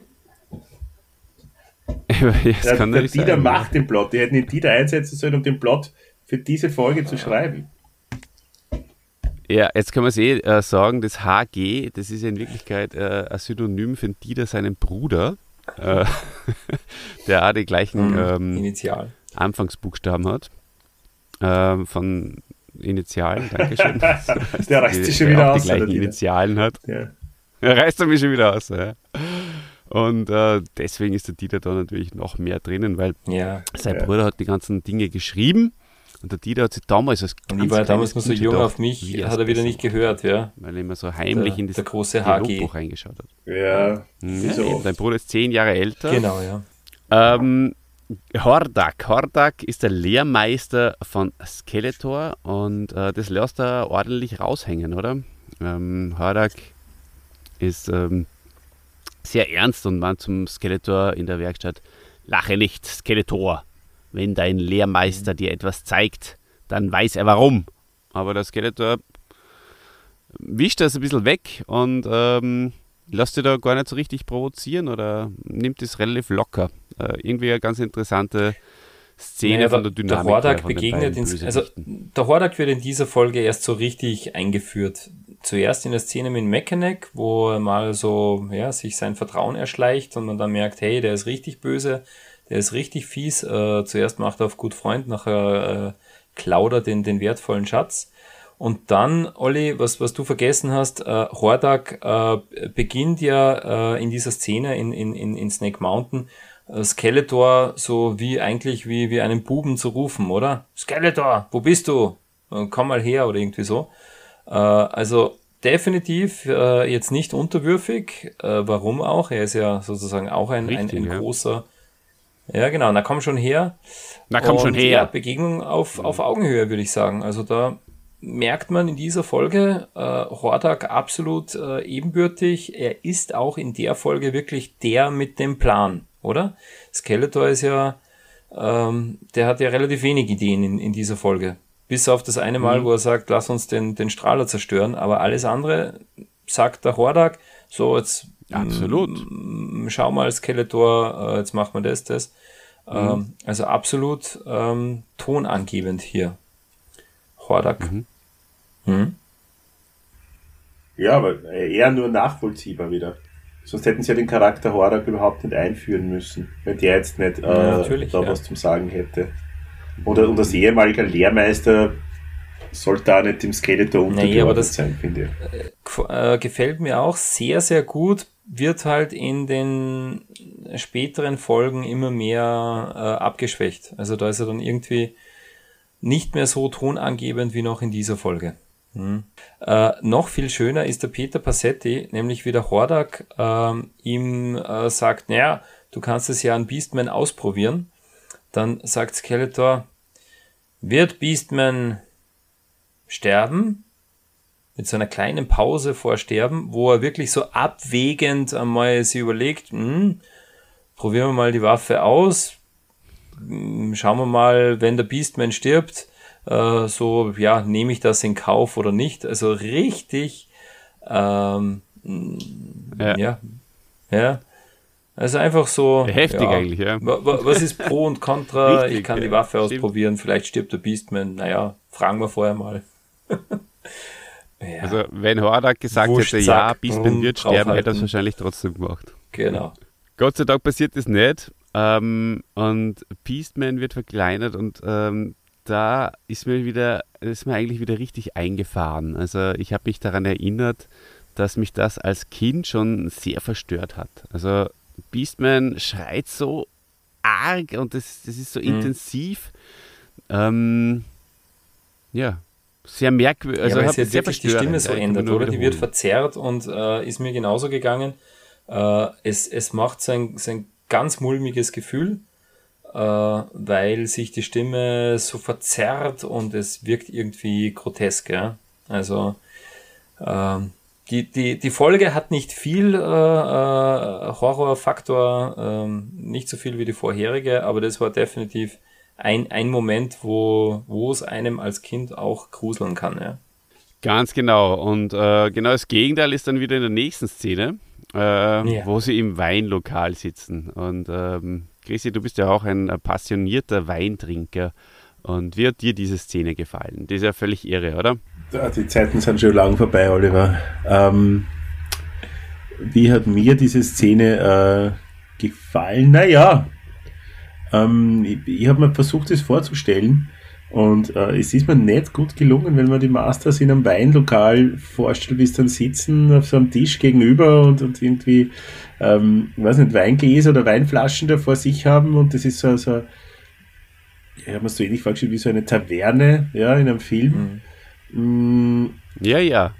Der Dieter macht den Plot. Die hätten den Dieter einsetzen sollen, um den Plot für diese Folge zu schreiben. Ja, jetzt kann man sagen, das HG, das ist in Wirklichkeit ein Synonym für den Dieter, seinen Bruder, der auch die gleichen Anfangsbuchstaben hat. Von Initialen, Dankeschön. Der reißt sich schon wieder aus. Die gleichen Initialen hat. Ja. Er reißt er mich schon wieder aus. Ja. Und deswegen ist der Dieter da natürlich noch mehr drinnen, weil sein Bruder hat die ganzen Dinge geschrieben und der Dieter hat sich damals als und ich war damals nur so jung auf mich, hat er wieder nicht gehört, ja. Weil er immer so heimlich in das große Dialogbuch reingeschaut hat. Ja. Dein Bruder ist 10 Jahre älter. Genau, ja. Hordak ist der Lehrmeister von Skeletor und das lässt er ordentlich raushängen, oder? Hordak ist sehr ernst und meint zum Skeletor in der Werkstatt: Lache nicht, Skeletor. Wenn dein Lehrmeister dir etwas zeigt, dann weiß er warum. Aber der Skeletor wischt das ein bisschen weg und lässt sich da gar nicht so richtig provozieren oder nimmt es relativ locker. Irgendwie eine ganz interessante Szene von der Dynamik. Der Hordak der Hordak wird in dieser Folge erst so richtig eingeführt. Zuerst in der Szene mit Mechanic, wo er mal so sich sein Vertrauen erschleicht und man dann merkt, hey, der ist richtig böse, der ist richtig fies. Zuerst macht er auf gut Freund, nachher klaut er den wertvollen Schatz. Und dann, Olli, was du vergessen hast, Hordak beginnt ja in dieser Szene in Snake Mountain Skeletor so wie einen Buben zu rufen, oder? Skeletor, wo bist du? Komm mal her oder irgendwie so. Also definitiv jetzt nicht unterwürfig. Warum auch? Er ist ja sozusagen auch ein großer... Ja, genau. Na komm schon her. Ja, Begegnung auf Augenhöhe, würde ich sagen. Also da merkt man in dieser Folge Hordak absolut ebenbürtig. Er ist auch in der Folge wirklich der mit dem Plan, oder? Skeletor ist ja, der hat ja relativ wenig Ideen in dieser Folge. Bis auf das eine Mal, wo er sagt, lass uns den Strahler zerstören. Aber alles andere sagt der Hordak, so jetzt schau mal Skeletor, jetzt macht man das. Also absolut tonangebend hier. Hordak. Ja, aber eher nur nachvollziehbar wieder. Sonst hätten sie ja den Charakter Hordak überhaupt nicht einführen müssen, wenn der jetzt nicht was zum Sagen hätte. Und als ehemaliger Lehrmeister sollte da nicht dem Skeletor untergeordnet sein, finde ich. Gefällt mir auch sehr, sehr gut. Wird halt in den späteren Folgen immer mehr abgeschwächt. Also da ist er dann irgendwie nicht mehr so tonangebend wie noch in dieser Folge. Noch viel schöner ist der Peter Passetti, nämlich wie der Hordak ihm sagt, naja, du kannst es ja an Beastman ausprobieren. Dann sagt Skeletor, wird Beastman sterben? Mit so einer kleinen Pause vor Sterben, wo er wirklich so abwägend einmal sich überlegt, probieren wir mal die Waffe aus, schauen wir mal, wenn der Beastman stirbt, nehme ich das in Kauf oder nicht. Also richtig, ja. Also einfach so. Heftig eigentlich, ja. Was ist Pro und Contra? Richtig, ich kann die Waffe ausprobieren, vielleicht stirbt der Beastman. Naja, fragen wir vorher mal. Ja. Also wenn Hordak gesagt hätte, ja, Beastman wird sterben, hätte er es wahrscheinlich trotzdem gemacht. Genau. Gott sei Dank passiert das nicht. Und Beastman wird verkleinert und da ist mir eigentlich wieder richtig eingefahren. Also ich habe mich daran erinnert, dass mich das als Kind schon sehr verstört hat. Also Beastman schreit so arg und das ist so intensiv. Sehr merkwürdig. Also weil sich jetzt die Stimme so ändert, oder? Die wird verzerrt und ist mir genauso gegangen. Es macht so ein ganz mulmiges Gefühl, weil sich die Stimme so verzerrt und es wirkt irgendwie grotesk. Ja? Also die Folge hat nicht viel Horrorfaktor, nicht so viel wie die vorherige, aber das war definitiv ein Moment, wo es einem als Kind auch gruseln kann. Ja? Ganz genau. Und genau das Gegenteil ist dann wieder in der nächsten Szene, wo sie im Weinlokal sitzen. Und Chrissy, du bist ja auch ein passionierter Weintrinker. Und wie hat dir diese Szene gefallen? Die ist ja völlig irre, oder? Die Zeiten sind schon lang vorbei, Oliver. Wie hat mir diese Szene gefallen? Naja, ich habe mir versucht, das vorzustellen. Und es ist mir nicht gut gelungen, wenn man die Masters in einem Weinlokal vorstellt, wie sie dann sitzen auf so einem Tisch gegenüber und irgendwie, Weingläser oder Weinflaschen da vor sich haben und das ist so ich habe mir so ähnlich vorgestellt wie so eine Taverne, ja, in einem Film. Ja.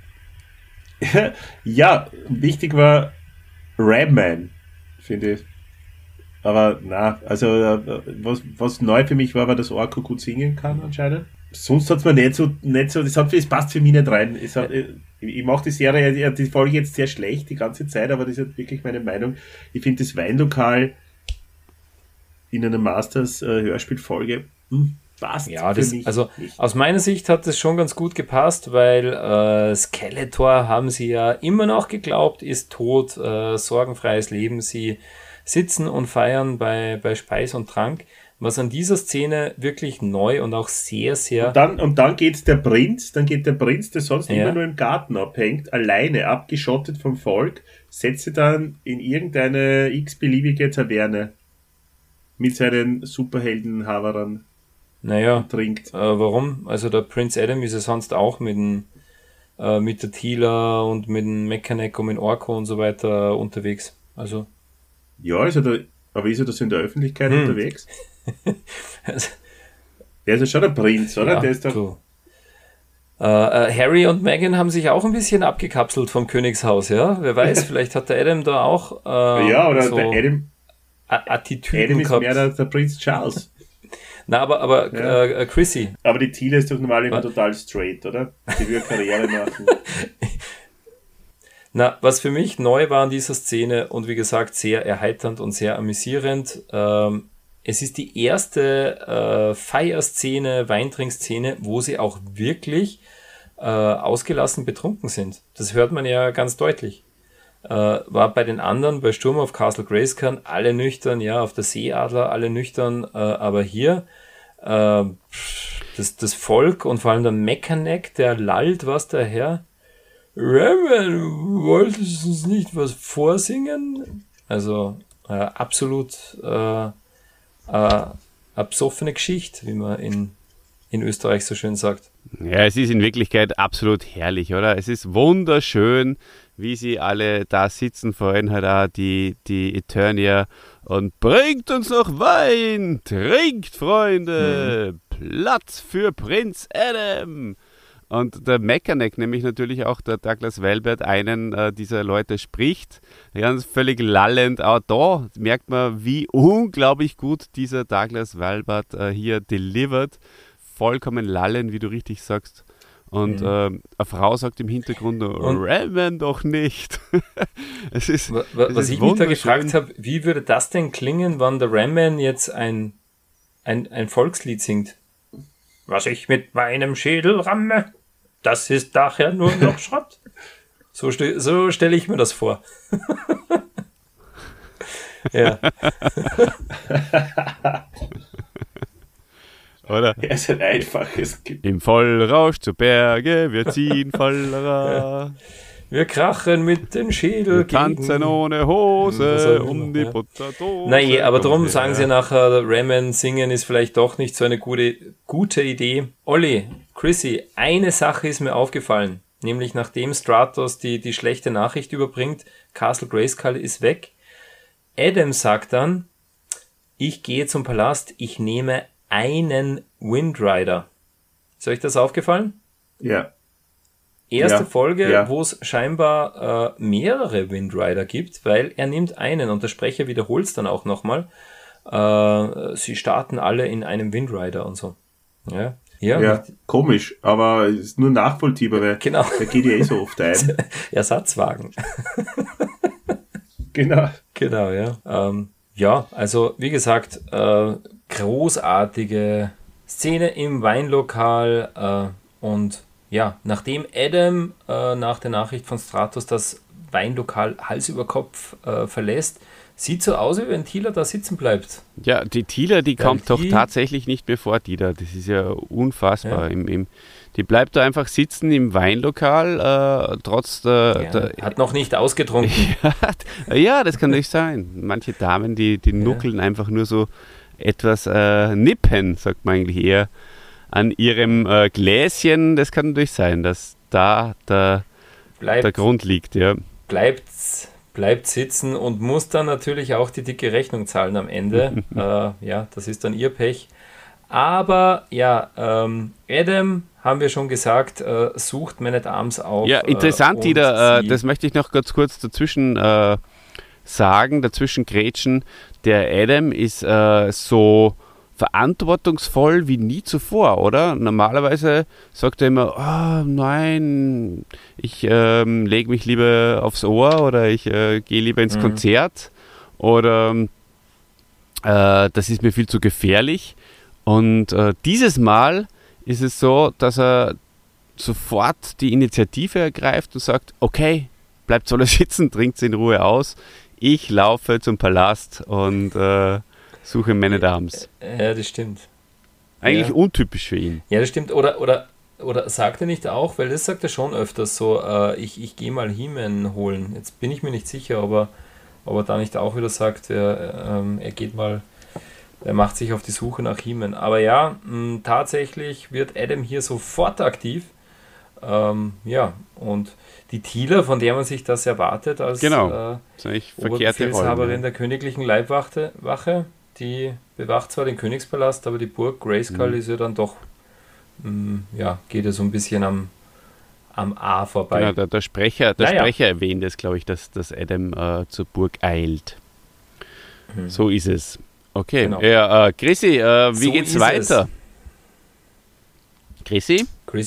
Ja, wichtig war Ramman, finde ich. Aber also was neu für mich war, dass Orko gut singen kann anscheinend. Sonst hat es mir nicht so, das passt für mich nicht rein. Ich mache die Serie, die Folge jetzt sehr schlecht die ganze Zeit, aber das ist wirklich meine Meinung. Ich finde das Weinlokal in einer Masters-Hörspielfolge passt ja, für mich also nicht. Aus meiner Sicht hat das schon ganz gut gepasst, weil Skeletor haben sie ja immer noch geglaubt, ist tot, sorgenfreies Leben, sie sitzen und feiern bei Speis und Trank, was an dieser Szene wirklich neu und auch sehr, sehr... Und dann geht der Prinz, der sonst immer nur im Garten abhängt, alleine, abgeschottet vom Volk, setzt sich dann in irgendeine x-beliebige Taverne mit seinen Superhelden-Haverern und trinkt. Warum? Also der Prince Adam ist ja sonst auch mit der Teela und mit dem Mechanic und mit Orko und so weiter unterwegs. Also... Ja, aber ist er da so in der Öffentlichkeit unterwegs? Der ist ja schon der Prinz, oder? Ja, der ist doch... Harry und Meghan haben sich auch ein bisschen abgekapselt vom Königshaus, ja? Wer weiß, vielleicht hat der Adam da auch oder so der Adam Attitüden ist gehabt. mehr der Prinz Charles. Na, aber Chrissy. Aber die Teela ist doch normal immer total straight, oder? Die will Karriere machen. Na, was für mich neu war an dieser Szene und wie gesagt sehr erheiternd und sehr amüsierend, es ist die erste Feierszene, Weintrinkszene, wo sie auch wirklich ausgelassen betrunken sind. Das hört man ja ganz deutlich. War bei den anderen, bei Sturm auf Castle Grayskull, alle nüchtern, ja, auf der Seeadler, alle nüchtern, aber hier das Volk und vor allem der Mechanic, der lallt was daher. Ramen, wolltest du uns nicht was vorsingen? Also absolut absoffene Geschichte, wie man in Österreich so schön sagt. Ja, es ist in Wirklichkeit absolut herrlich, oder? Es ist wunderschön, wie sie alle da sitzen, vorhin halt auch die Eternia, und bringt uns noch Wein, trinkt, Freunde, Platz für Prinz Adam. Und der Mechaneck, nämlich natürlich auch der Douglas Welbert, einen dieser Leute spricht, ganz völlig lallend. Auch da merkt man, wie unglaublich gut dieser Douglas Welbert hier delivert. Vollkommen lallend, wie du richtig sagst. Und eine Frau sagt im Hintergrund nur, Ramen doch nicht. Was ich mich da gefragt habe, wie würde das denn klingen, wenn der Ramen jetzt ein Volkslied singt? Was ich mit meinem Schädel ramme, das ist daher nur noch Schrott. So stelle ich mir das vor. Ja. Oder? Ja, ist ein einfaches. Im Vollrausch zu Berge, wir ziehen voller. Wir krachen mit den Schädel wir tanzen ohne Hose um die ja. Butterdose. Nein, aber darum sagen sie nachher, Ramen singen ist vielleicht doch nicht so eine gute Idee. Olli, Chrissy, eine Sache ist mir aufgefallen. Nämlich nachdem Stratos die schlechte Nachricht überbringt, Castle Grayskull ist weg. Adam sagt dann, ich gehe zum Palast, ich nehme einen Windrider. Ist euch das aufgefallen? Ja. Erste Folge, wo es scheinbar mehrere Windrider gibt, weil er nimmt einen und der Sprecher wiederholt es dann auch nochmal. Sie starten alle in einem Windrider und so. Ja, komisch, aber es ist nur nachvollziehbar, weil genau. Der geht ja so oft ein. Ersatzwagen. Genau, ja. Ja, also wie gesagt, großartige Szene im Weinlokal und ja, nachdem Adam nach der Nachricht von Stratos das Weinlokal Hals über Kopf verlässt, sieht so aus, wie wenn Tila da sitzen bleibt. Ja, die Tila, die kommt doch tatsächlich nicht mehr vor, Tila. Das ist ja unfassbar. Ja. Die bleibt da einfach sitzen im Weinlokal, trotz der... Hat noch nicht ausgetrunken. Ja, das kann nicht sein. Manche Damen, die nuckeln einfach nur so etwas nippen, sagt man eigentlich eher, an ihrem Gläschen. Das kann natürlich sein, dass da der Grund liegt. Ja. Bleibt sitzen und muss dann natürlich auch die dicke Rechnung zahlen am Ende. Ja, das ist dann ihr Pech. Aber ja, Adam, haben wir schon gesagt, sucht Man at Arms auf. Ja, interessant, das möchte ich noch ganz kurz dazwischen dazwischen grätschen. Der Adam ist so verantwortungsvoll wie nie zuvor, oder? Normalerweise sagt er immer, oh, nein, ich lege mich lieber aufs Ohr oder ich gehe lieber ins Konzert oder das ist mir viel zu gefährlich. Und dieses Mal ist es so, dass er sofort die Initiative ergreift und sagt, okay, bleibt alle sitzen, trinkt in Ruhe aus. Ich laufe zum Palast und suche Man at Arms. Ja, das stimmt. Eigentlich untypisch für ihn. Ja, das stimmt. Oder sagt er nicht auch, weil das sagt er schon öfters so, ich gehe mal He-Man holen. Jetzt bin ich mir nicht sicher, ob er da nicht auch wieder sagt, er geht mal, er macht sich auf die Suche nach He-Man. Aber ja, tatsächlich wird Adam hier sofort aktiv. Ja, und die Tila, von der man sich das erwartet als Oberbefehlshaberin der königlichen Leibwache, die bewacht zwar den Königspalast, aber die Burg Grayskull ist ja dann doch, geht ja so ein bisschen am A vorbei. Genau, der Sprecher erwähnt es, glaube ich, dass Adam zur Burg eilt. So ist es. Okay, genau. Ja, Chrissy, wie geht's weiter? Chrissy?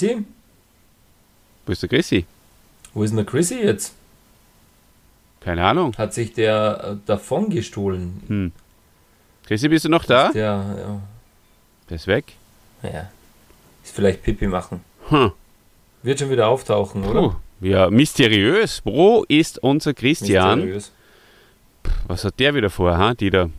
Wo ist der Chrissy? Wo ist denn der Chrissy jetzt? Keine Ahnung. Hat sich der davon gestohlen? Chrissy, bist du noch da? Der ist weg. Ja. Ist vielleicht Pipi machen. Wird schon wieder auftauchen, oder? Ja, mysteriös. Wo ist unser Christian? Mysteriös. Was hat der wieder vor, die da?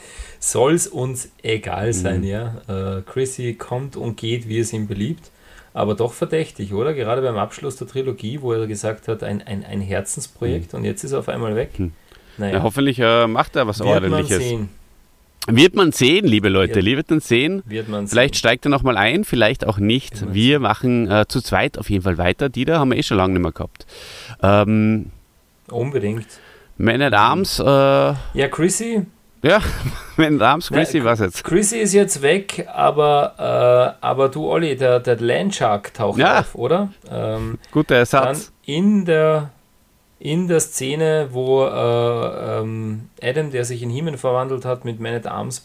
Soll es uns egal sein, ja. Chrissy kommt und geht, wie es ihm beliebt. aber doch verdächtig, oder? Gerade beim Abschluss der Trilogie, wo er gesagt hat, ein Herzensprojekt und jetzt ist er auf einmal weg. Naja. Ja, hoffentlich macht er was Ordentliches. Wird man sehen, liebe Leute, wird man sehen. Vielleicht steigt er nochmal ein, vielleicht auch nicht. Wir machen zu zweit auf jeden Fall weiter. Dieter haben wir schon lange nicht mehr gehabt. Unbedingt. Man at Arms. Chrissy. Ja, Man at Arms, Chrissy, was jetzt? Chrissy ist jetzt weg, aber du, Olli, der Landshark taucht auf, oder? Guter Ersatz. Dann in der Szene, wo Adam, der sich in He-Man verwandelt hat, mit Man at Arms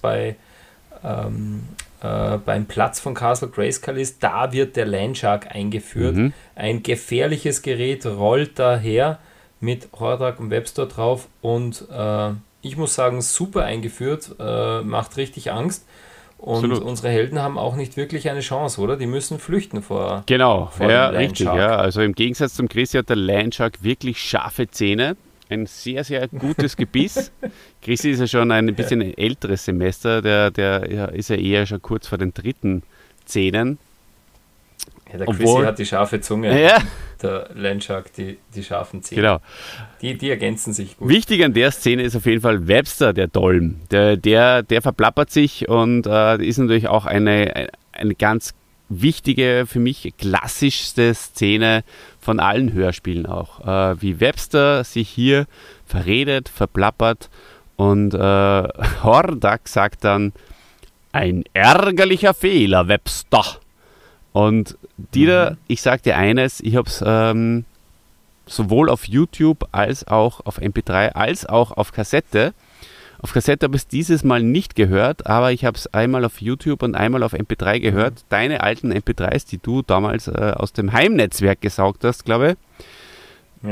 beim Platz von Castle Grayskull ist, da wird der Landshark eingeführt. Ein gefährliches Gerät rollt daher mit Hordak und Webster drauf und ich muss sagen, super eingeführt, macht richtig Angst. Und Absolut. Unsere Helden haben auch nicht wirklich eine Chance, oder? Die müssen flüchten vor dem richtig, ja. Also im Gegensatz zum Chrissy hat der Landshark wirklich scharfe Zähne, ein sehr, sehr gutes Gebiss. Chrissy ist ja schon ein bisschen älteres Semester, der ist ja eher schon kurz vor den 3. Zähnen. Ja, der Chrissy hat die scharfe Zunge, der Landshark die scharfen Zähne. Genau. Die ergänzen sich gut. Wichtig an der Szene ist auf jeden Fall Webster, der Dolm. Der verplappert sich und ist natürlich auch eine ganz wichtige, für mich klassischste Szene von allen Hörspielen auch. Wie Webster sich hier verredet, verplappert und Hordak sagt dann, ein ärgerlicher Fehler, Webster. Und Dieter, ich sage dir eines, ich habe es sowohl auf YouTube als auch auf MP3 als auch auf Kassette. Auf Kassette habe ich es dieses Mal nicht gehört, aber ich habe es einmal auf YouTube und einmal auf MP3 gehört. Deine alten MP3s, die du damals aus dem Heimnetzwerk gesaugt hast, glaube ich,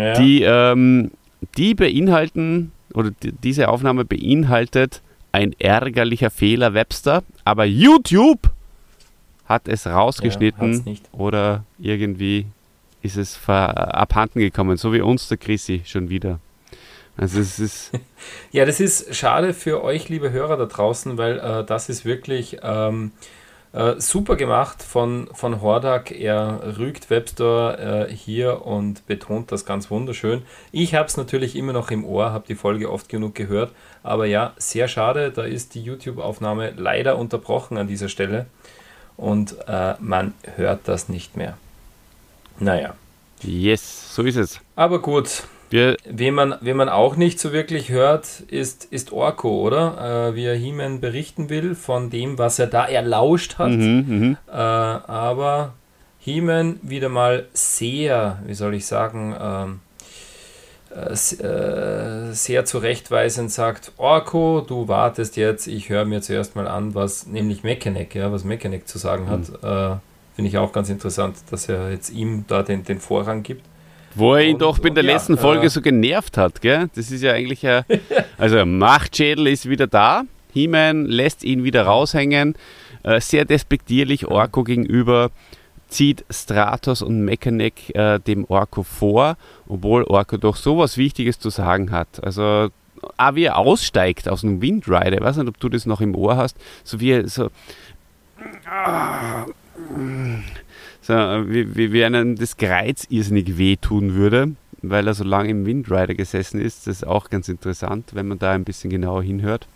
die beinhalten, oder diese Aufnahme beinhaltet ein ärgerlicher Fehler, Webster, aber YouTube hat es rausgeschnitten oder irgendwie ist es abhanden gekommen, so wie uns der Chrissy schon wieder. Also es ist ja, das ist schade für euch, liebe Hörer da draußen, weil das ist wirklich super gemacht von Hordak. Er rügt Webster hier und betont das ganz wunderschön. Ich habe es natürlich immer noch im Ohr, habe die Folge oft genug gehört, aber ja, sehr schade, da ist die YouTube-Aufnahme leider unterbrochen an dieser Stelle. Und man hört das nicht mehr. Naja. Yes, so ist es. Aber gut. Wen man auch nicht so wirklich hört, ist Orko, oder? Wie er He-Man berichten will von dem, was er da erlauscht hat. Aber He-Man wieder mal sehr, wie soll ich sagen, sehr zurechtweisend sagt, Orko, du wartest jetzt, ich höre mir zuerst mal an, was Mekanek zu sagen hat. Finde ich auch ganz interessant, dass er jetzt ihm da den Vorrang gibt. Wo er ihn doch in der letzten Folge so genervt hat, gell? Das ist ja eigentlich also Machtschädel ist wieder da, He-Man lässt ihn wieder raushängen, sehr despektierlich Orko gegenüber, zieht Stratos und Mekanek dem Orko vor, obwohl Orko doch sowas Wichtiges zu sagen hat. Also, wie er aussteigt aus dem Windrider, ich weiß nicht, ob du das noch im Ohr hast, so wie er so wie einem das Kreuz irrsinnig wehtun würde, weil er so lange im Windrider gesessen ist. Das ist auch ganz interessant, wenn man da ein bisschen genauer hinhört.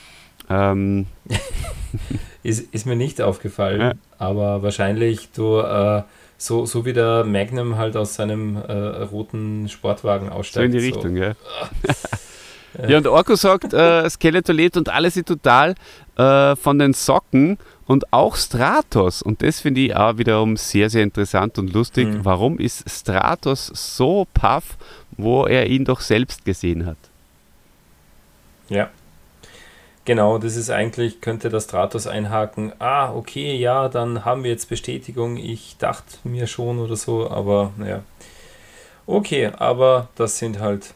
Ist mir nicht aufgefallen, aber wahrscheinlich so wie der Magnum halt aus seinem roten Sportwagen aussteigt. So in die Richtung, ja. Ja, und Orko sagt, Skeletor lebt und alle sind total von den Socken und auch Stratos. Und das finde ich auch wiederum sehr, sehr interessant und lustig. Warum ist Stratos so paff, wo er ihn doch selbst gesehen hat? Ja. Genau, das ist eigentlich, könnte der Stratos einhaken, okay, ja, dann haben wir jetzt Bestätigung, ich dachte mir schon oder so, aber naja. Okay, aber das sind halt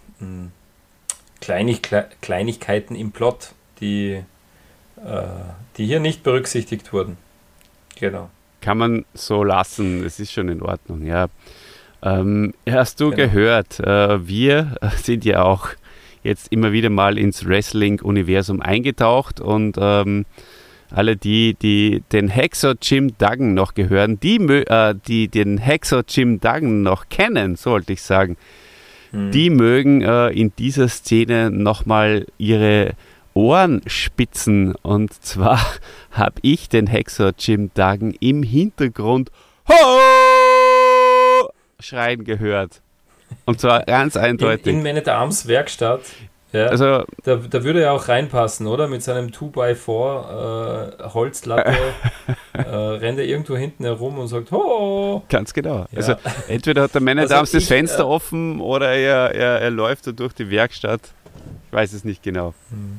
Kleinigkeiten im Plot, die hier nicht berücksichtigt wurden. Genau. Kann man so lassen, es ist schon in Ordnung, ja. Hast du gehört, wir sind ja auch jetzt immer wieder mal ins Wrestling-Universum eingetaucht und alle die den Hacksaw Jim Duggan noch gehören, die den Hacksaw Jim Duggan noch kennen, sollte ich sagen, die mögen in dieser Szene nochmal ihre Ohren spitzen. Und zwar habe ich den Hacksaw Jim Duggan im Hintergrund Ho! Schreien gehört. Und zwar ganz eindeutig. In Man at Arms Werkstatt. Ja, also, da würde er auch reinpassen, oder? Mit seinem 2x4 Holzlatte rennt er irgendwo hinten herum und sagt, ho! Ganz genau. Ja. Also entweder hat der Man at Arms das Fenster offen oder er läuft da durch die Werkstatt. Ich weiß es nicht genau.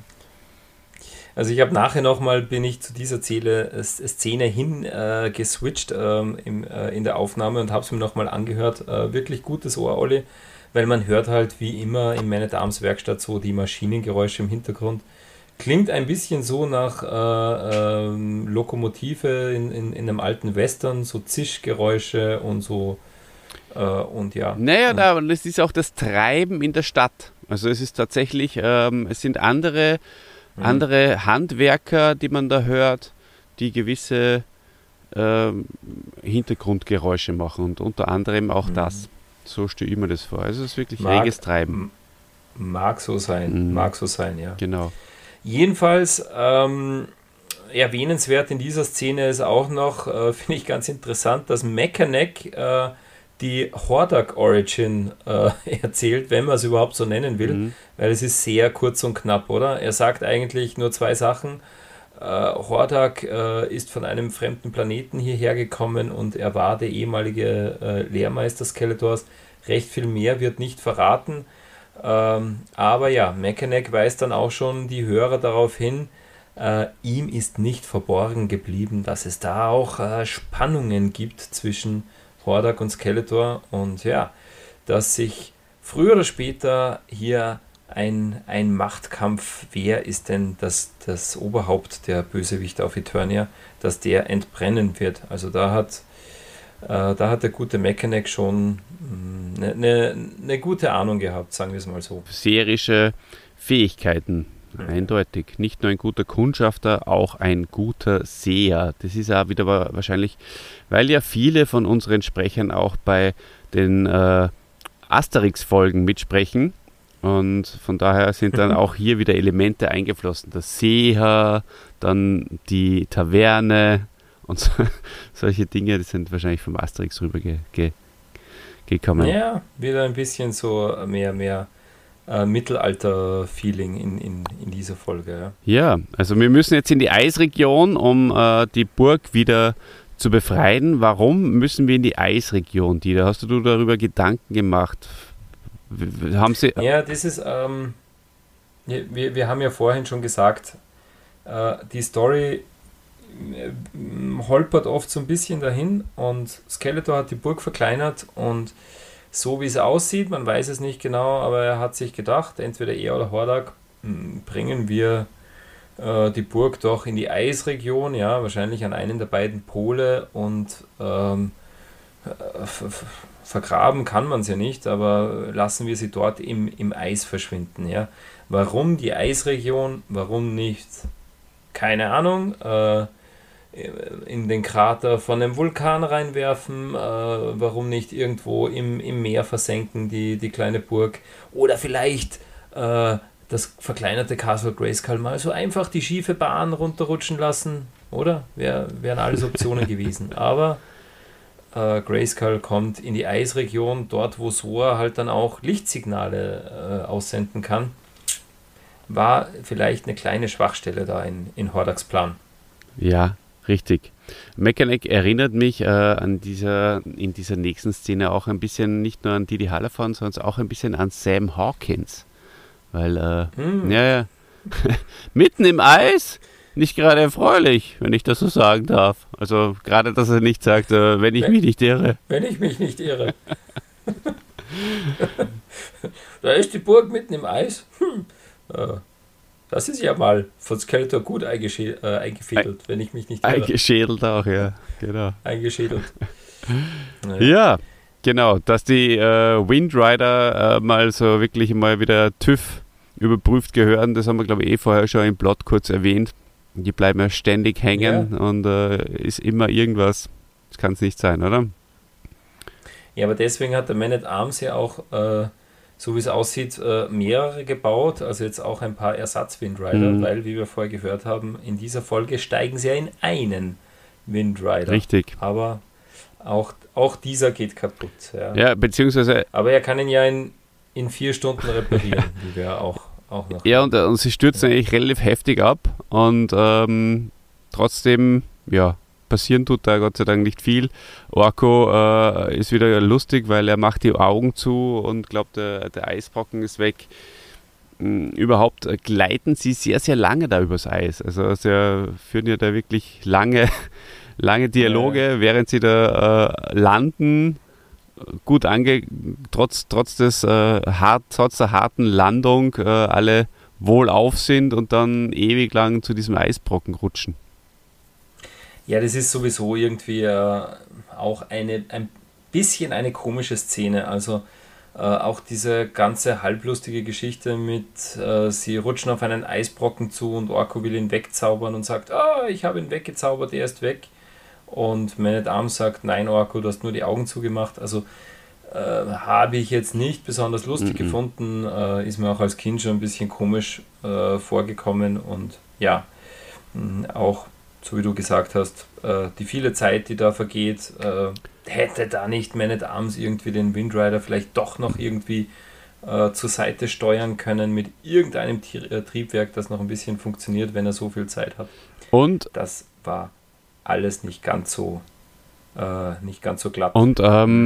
Also ich habe nachher nochmal, bin ich zu dieser Szene hin geswitcht in der Aufnahme und habe es mir nochmal angehört. Wirklich gutes Ohr, Olli, weil man hört halt wie immer in Man at Arms Werkstatt so die Maschinengeräusche im Hintergrund. Klingt ein bisschen so nach Lokomotive in einem alten Western, so Zischgeräusche und so und ja. Naja, aber es ist auch das Treiben in der Stadt. Also es ist tatsächlich, es sind andere Handwerker, die man da hört, die gewisse Hintergrundgeräusche machen und unter anderem auch das. So stelle ich mir das vor. Also es ist wirklich reges Treiben. Mag so sein, ja. Genau. Jedenfalls erwähnenswert in dieser Szene ist auch noch, finde ich ganz interessant, dass Mechanic die Hordak Origin erzählt, wenn man es überhaupt so nennen will, weil es ist sehr kurz und knapp, oder? Er sagt eigentlich nur 2 Sachen. Hordak ist von einem fremden Planeten hierher gekommen und er war der ehemalige Lehrmeister Skeletors. Recht viel mehr wird nicht verraten. Aber ja, Mechanic weist dann auch schon die Hörer darauf hin, ihm ist nicht verborgen geblieben, dass es da auch Spannungen gibt zwischen Hordak und Skeletor und ja, dass sich früher oder später hier ein Machtkampf, wer ist denn das Oberhaupt der Bösewichte auf Eternia, dass der entbrennen wird. Also da hat der gute Mechanic schon eine gute Ahnung gehabt, sagen wir es mal so. Seherische Fähigkeiten, eindeutig. Nicht nur ein guter Kundschafter, auch ein guter Seher. Das ist auch wieder wahrscheinlich, weil ja viele von unseren Sprechern auch bei den Asterix-Folgen mitsprechen. Und von daher sind dann auch hier wieder Elemente eingeflossen. Der Seher, dann die Taverne und solche Dinge, die sind wahrscheinlich vom Asterix rüber gekommen. Ja, wieder ein bisschen so mehr Mittelalter-Feeling in dieser Folge. Ja, also wir müssen jetzt in die Eisregion, um die Burg wieder zu befreien. Warum müssen wir in die Eisregion, Dieter? Hast du darüber Gedanken gemacht? Haben Sie ja, das ist, wir haben ja vorhin schon gesagt, die Story holpert oft so ein bisschen dahin und Skeletor hat die Burg verkleinert und so wie es aussieht, man weiß es nicht genau, aber er hat sich gedacht, entweder er oder Hordak, bringen wir die Burg doch in die Eisregion, ja, wahrscheinlich an einen der beiden Pole und vergraben kann man sie ja nicht, aber lassen wir sie dort im Eis verschwinden. Ja. Warum die Eisregion? Warum nicht? Keine Ahnung. In den Krater von einem Vulkan reinwerfen? Warum nicht irgendwo im Meer versenken, die kleine Burg? Oder vielleicht das verkleinerte Castle Grayskull mal so einfach die schiefe Bahn runterrutschen lassen? Oder? Wären alles Optionen gewesen. Aber Grayskull kommt in die Eisregion, dort wo Sora halt dann auch Lichtsignale aussenden kann. War vielleicht eine kleine Schwachstelle da in Hordaks Plan. Ja, richtig. Mechanic erinnert mich in dieser nächsten Szene auch ein bisschen nicht nur an Didi Hallervorden, sondern auch ein bisschen an Sam Hawkins. Weil, ja, mitten im Eis, nicht gerade erfreulich, wenn ich das so sagen darf. Also gerade, dass er nicht sagt, wenn ich mich nicht irre. Wenn ich mich nicht irre. Da ist die Burg mitten im Eis. Das ist ja mal von Skeletor gut eingefädelt, wenn ich mich nicht irre. Eingeschädelt auch, ja, genau. Eingeschädelt. Ja, genau, dass die Windrider mal so wirklich mal wieder TÜV überprüft gehören, das haben wir, glaube ich, vorher schon im Plot kurz erwähnt. Die bleiben ja ständig hängen und ist immer irgendwas. Das kann es nicht sein, oder? Ja, aber deswegen hat der Man at Arms ja auch, so wie es aussieht, mehrere gebaut, also jetzt auch ein paar Ersatz-Windrider, weil, wie wir vorher gehört haben, in dieser Folge steigen sie ja in einen Windrider. Richtig. Aber auch dieser geht kaputt. Ja, beziehungsweise... Aber er kann ihn ja in 4 Stunden reparieren, wie wir auch noch... Ja, und sie stürzen eigentlich relativ heftig ab und trotzdem, ja, passieren tut da Gott sei Dank nicht viel. Orko ist wieder lustig, weil er macht die Augen zu und glaubt, der Eisbrocken ist weg. Überhaupt gleiten sie sehr, sehr lange da übers Eis. Also sie führen ja da wirklich lange Dialoge, während sie da landen. Gut trotz der harten Landung alle wohlauf sind und dann ewig lang zu diesem Eisbrocken rutschen. Ja, das ist sowieso irgendwie auch ein bisschen eine komische Szene. Also auch diese ganze halblustige Geschichte mit, sie rutschen auf einen Eisbrocken zu und Orko will ihn wegzaubern und sagt, ich habe ihn weggezaubert, er ist weg. Und Man at Arms sagt, nein Orko, du hast nur die Augen zugemacht. Also habe ich jetzt nicht besonders lustig gefunden, ist mir auch als Kind schon ein bisschen komisch vorgekommen und ja, auch so wie du gesagt hast, die viele Zeit, die da vergeht, hätte da nicht Man at Arms irgendwie den Windrider vielleicht doch noch irgendwie zur Seite steuern können mit irgendeinem Triebwerk, das noch ein bisschen funktioniert, wenn er so viel Zeit hat. Und das war alles nicht ganz so glatt. Und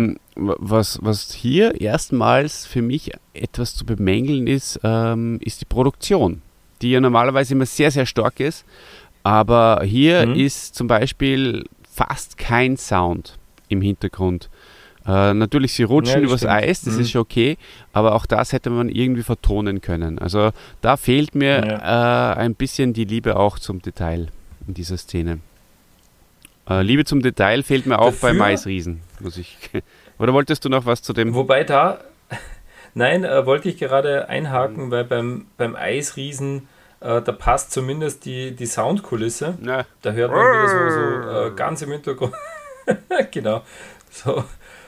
was hier erstmals für mich etwas zu bemängeln ist, ist die Produktion, die ja normalerweise immer sehr, sehr stark ist. Aber hier ist zum Beispiel fast kein Sound im Hintergrund. Natürlich, sie rutschen übers Eis, das ist schon okay, aber auch das hätte man irgendwie vertonen können. Also da fehlt mir ein bisschen die Liebe auch zum Detail in dieser Szene. Liebe zum Detail fehlt mir auch beim Eisriesen, muss ich. Oder wolltest du noch was zu dem? Wobei nein, wollte ich gerade einhaken, weil beim Eisriesen da passt zumindest die Soundkulisse. Ja. Da hört man wieder so ganz im Hintergrund, genau, so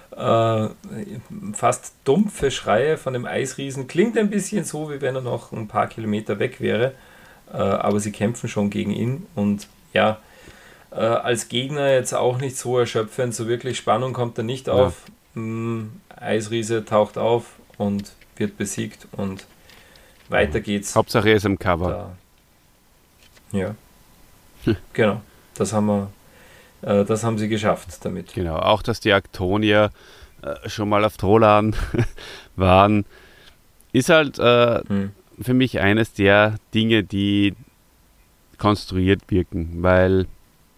fast dumpfe Schreie von dem Eisriesen. Klingt ein bisschen so, wie wenn er noch ein paar Kilometer weg wäre, aber sie kämpfen schon gegen ihn und ja, als Gegner jetzt auch nicht so erschöpfend, so wirklich Spannung kommt da nicht auf. Eisriese taucht auf und wird besiegt und weiter geht's. Hauptsache er ist im Cover. Ja, genau. Das haben sie geschafft damit. Genau, auch dass die Aktonier schon mal auf Trolan waren, ist halt für mich eines der Dinge, die konstruiert wirken, weil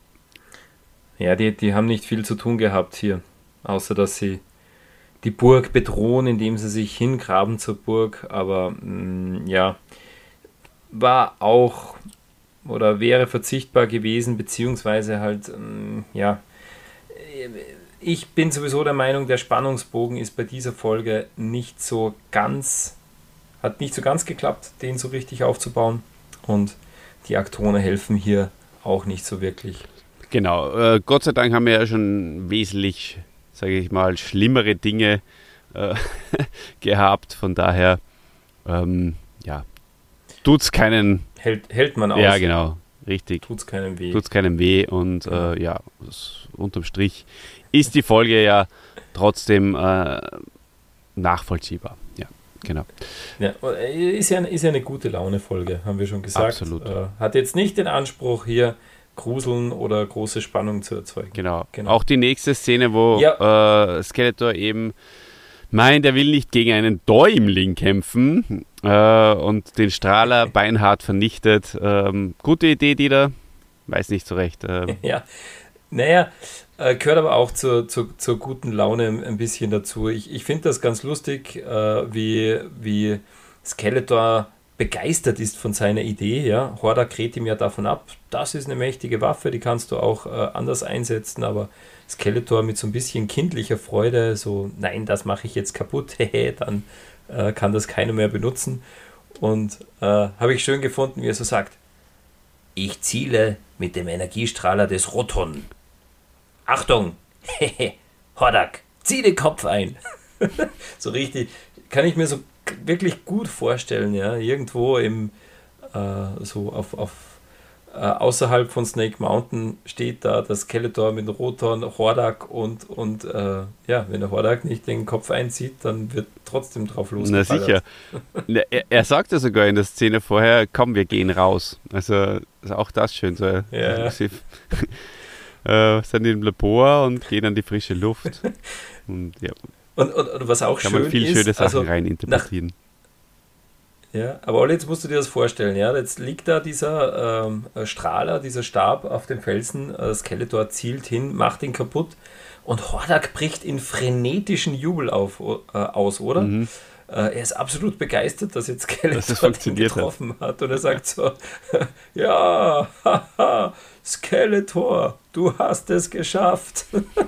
ja, die haben nicht viel zu tun gehabt hier, außer dass sie die Burg bedrohen, indem sie sich hingraben zur Burg, aber ja, war auch oder wäre verzichtbar gewesen, beziehungsweise halt, ja, ich bin sowieso der Meinung, der Spannungsbogen ist bei dieser Folge hat nicht so ganz geklappt, den so richtig aufzubauen und die Aktoren helfen hier auch nicht so wirklich. Genau, Gott sei Dank haben wir ja schon wesentlich, sage ich mal, schlimmere Dinge gehabt. Von daher, ja, tut's keinen... Hält man aus. Ja, genau, richtig. Tut's keinem weh. Und ja, unterm Strich ist die Folge ja trotzdem nachvollziehbar. Ja, genau. Ja, ist ja eine gute Laune-Folge, haben wir schon gesagt. Absolut. Hat jetzt nicht den Anspruch, hier Gruseln oder große Spannung zu erzeugen. Genau. Auch die nächste Szene, wo Skeletor eben meint, er will nicht gegen einen Däumling kämpfen und den Strahler beinhart vernichtet. Gute Idee, Dieter. Weiß nicht so recht. Ja, naja, gehört aber auch zur guten Laune ein bisschen dazu. Ich finde das ganz lustig, wie Skeletor begeistert ist von seiner Idee. Ja? Hordak kräht ihm ja davon ab, das ist eine mächtige Waffe, die kannst du auch anders einsetzen, aber Skeletor mit so ein bisschen kindlicher Freude, so, nein, das mache ich jetzt kaputt, dann kann das keiner mehr benutzen. Und habe ich schön gefunden, wie er so sagt, Ich ziele mit dem Energiestrahler des Roton. Achtung! Hordak, zieh den Kopf ein. So richtig, kann ich mir so wirklich gut vorstellen, ja, irgendwo im so auf außerhalb von Snake Mountain steht da das Skeletor mit Roton, Hordak und ja, wenn der Hordak nicht den Kopf einzieht, dann wird trotzdem drauf losgeballert. Na sicher. Er sagt ja sogar in der Szene vorher, komm, wir gehen raus. Also ist auch das schön, so Ja. sind im Labor und gehen an die frische Luft. Und ja, Und was auch kann schön man viel ist, schöne Sachen also reininterpretieren. ja, aber Olli, jetzt musst du dir das vorstellen, ja, jetzt liegt da dieser Strahler, dieser Stab auf dem Felsen, Skeletor zielt hin, macht ihn kaputt und Hordak bricht in frenetischen Jubel aus, oder? Mhm. Er ist absolut begeistert, dass jetzt Skeletor Dass das den funktioniert getroffen hat und er sagt so, ja, haha, Skeletor, du hast es geschafft.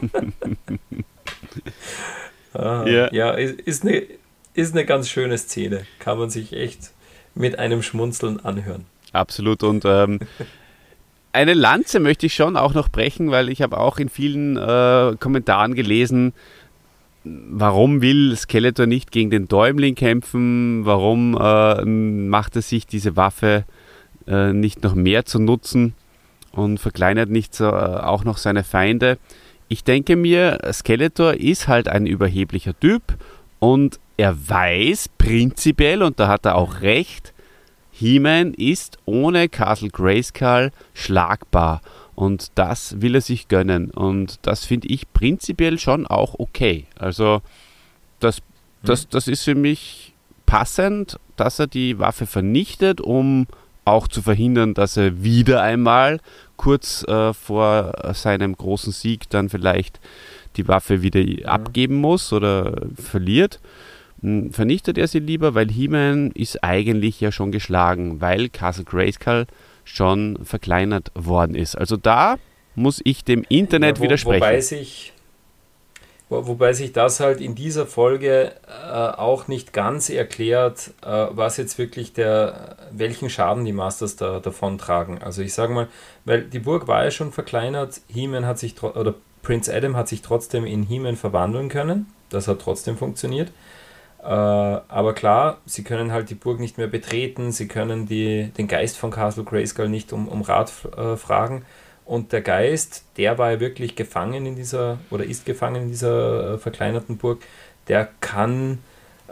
Ja, ist eine ganz schöne Szene. Kann man sich echt mit einem Schmunzeln anhören. Absolut. Und eine Lanze möchte ich schon auch noch brechen, weil ich habe auch in vielen Kommentaren gelesen, warum will Skeletor nicht gegen den Däumling kämpfen? Warum macht er sich diese Waffe nicht noch mehr zu nutzen und verkleinert nicht so, auch noch seine Feinde? Ich denke mir, Skeletor ist halt ein überheblicher Typ und er weiß prinzipiell, und da hat er auch recht, He-Man ist ohne Castle Grayskull schlagbar und das will er sich gönnen und das finde ich prinzipiell schon auch okay. Also das ist für mich passend, dass er die Waffe vernichtet, um auch zu verhindern, dass er wieder einmal kurz vor seinem großen Sieg dann vielleicht die Waffe wieder abgeben muss oder verliert. Vernichtet er sie lieber, weil He-Man ist eigentlich ja schon geschlagen, weil Castle Grayskull schon verkleinert worden ist. Also da muss ich dem Internet widersprechen. Wobei sich das halt in dieser Folge auch nicht ganz erklärt, was jetzt wirklich welchen Schaden die Masters davon tragen. Also ich sage mal, weil die Burg war ja schon verkleinert, He-Man hat sich, oder Prince Adam hat sich trotzdem in He-Man verwandeln können. Das hat trotzdem funktioniert. Aber klar, sie können halt die Burg nicht mehr betreten, sie können den Geist von Castle Grayskull nicht um Rat fragen. Und der Geist, der war ja wirklich gefangen ist gefangen in dieser verkleinerten Burg, der kann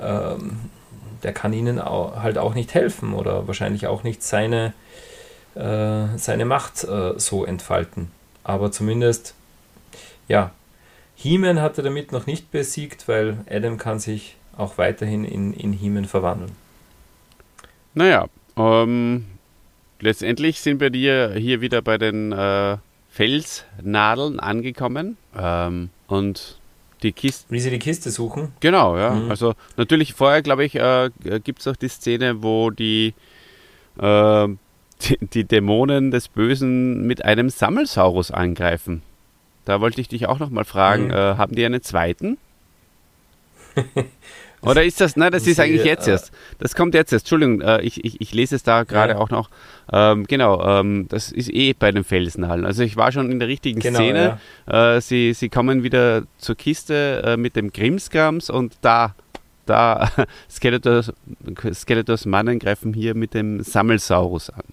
ihnen halt auch nicht helfen oder wahrscheinlich auch nicht seine Macht so entfalten. Aber zumindest, ja, He-Man hat er damit noch nicht besiegt, weil Adam kann sich auch weiterhin in He-Man verwandeln. Naja, letztendlich sind wir hier wieder bei den Felsnadeln angekommen und die Kiste. Wie sie die Kiste suchen? Genau, ja. Also natürlich vorher, glaube ich, gibt es auch die Szene, wo die Dämonen des Bösen mit einem Sammelsaurus angreifen. Da wollte ich dich auch noch mal fragen, haben die einen zweiten? Oder ist das, nein, das ist eigentlich jetzt erst. Das kommt jetzt erst. Entschuldigung, ich lese es da gerade auch noch. Genau, das ist bei den Felsnadeln. Also ich war schon in der richtigen Szene. Ja. Sie kommen wieder zur Kiste mit dem Grimmskrams und da Skeletors Mannen greifen hier mit dem Sammelsaurus an.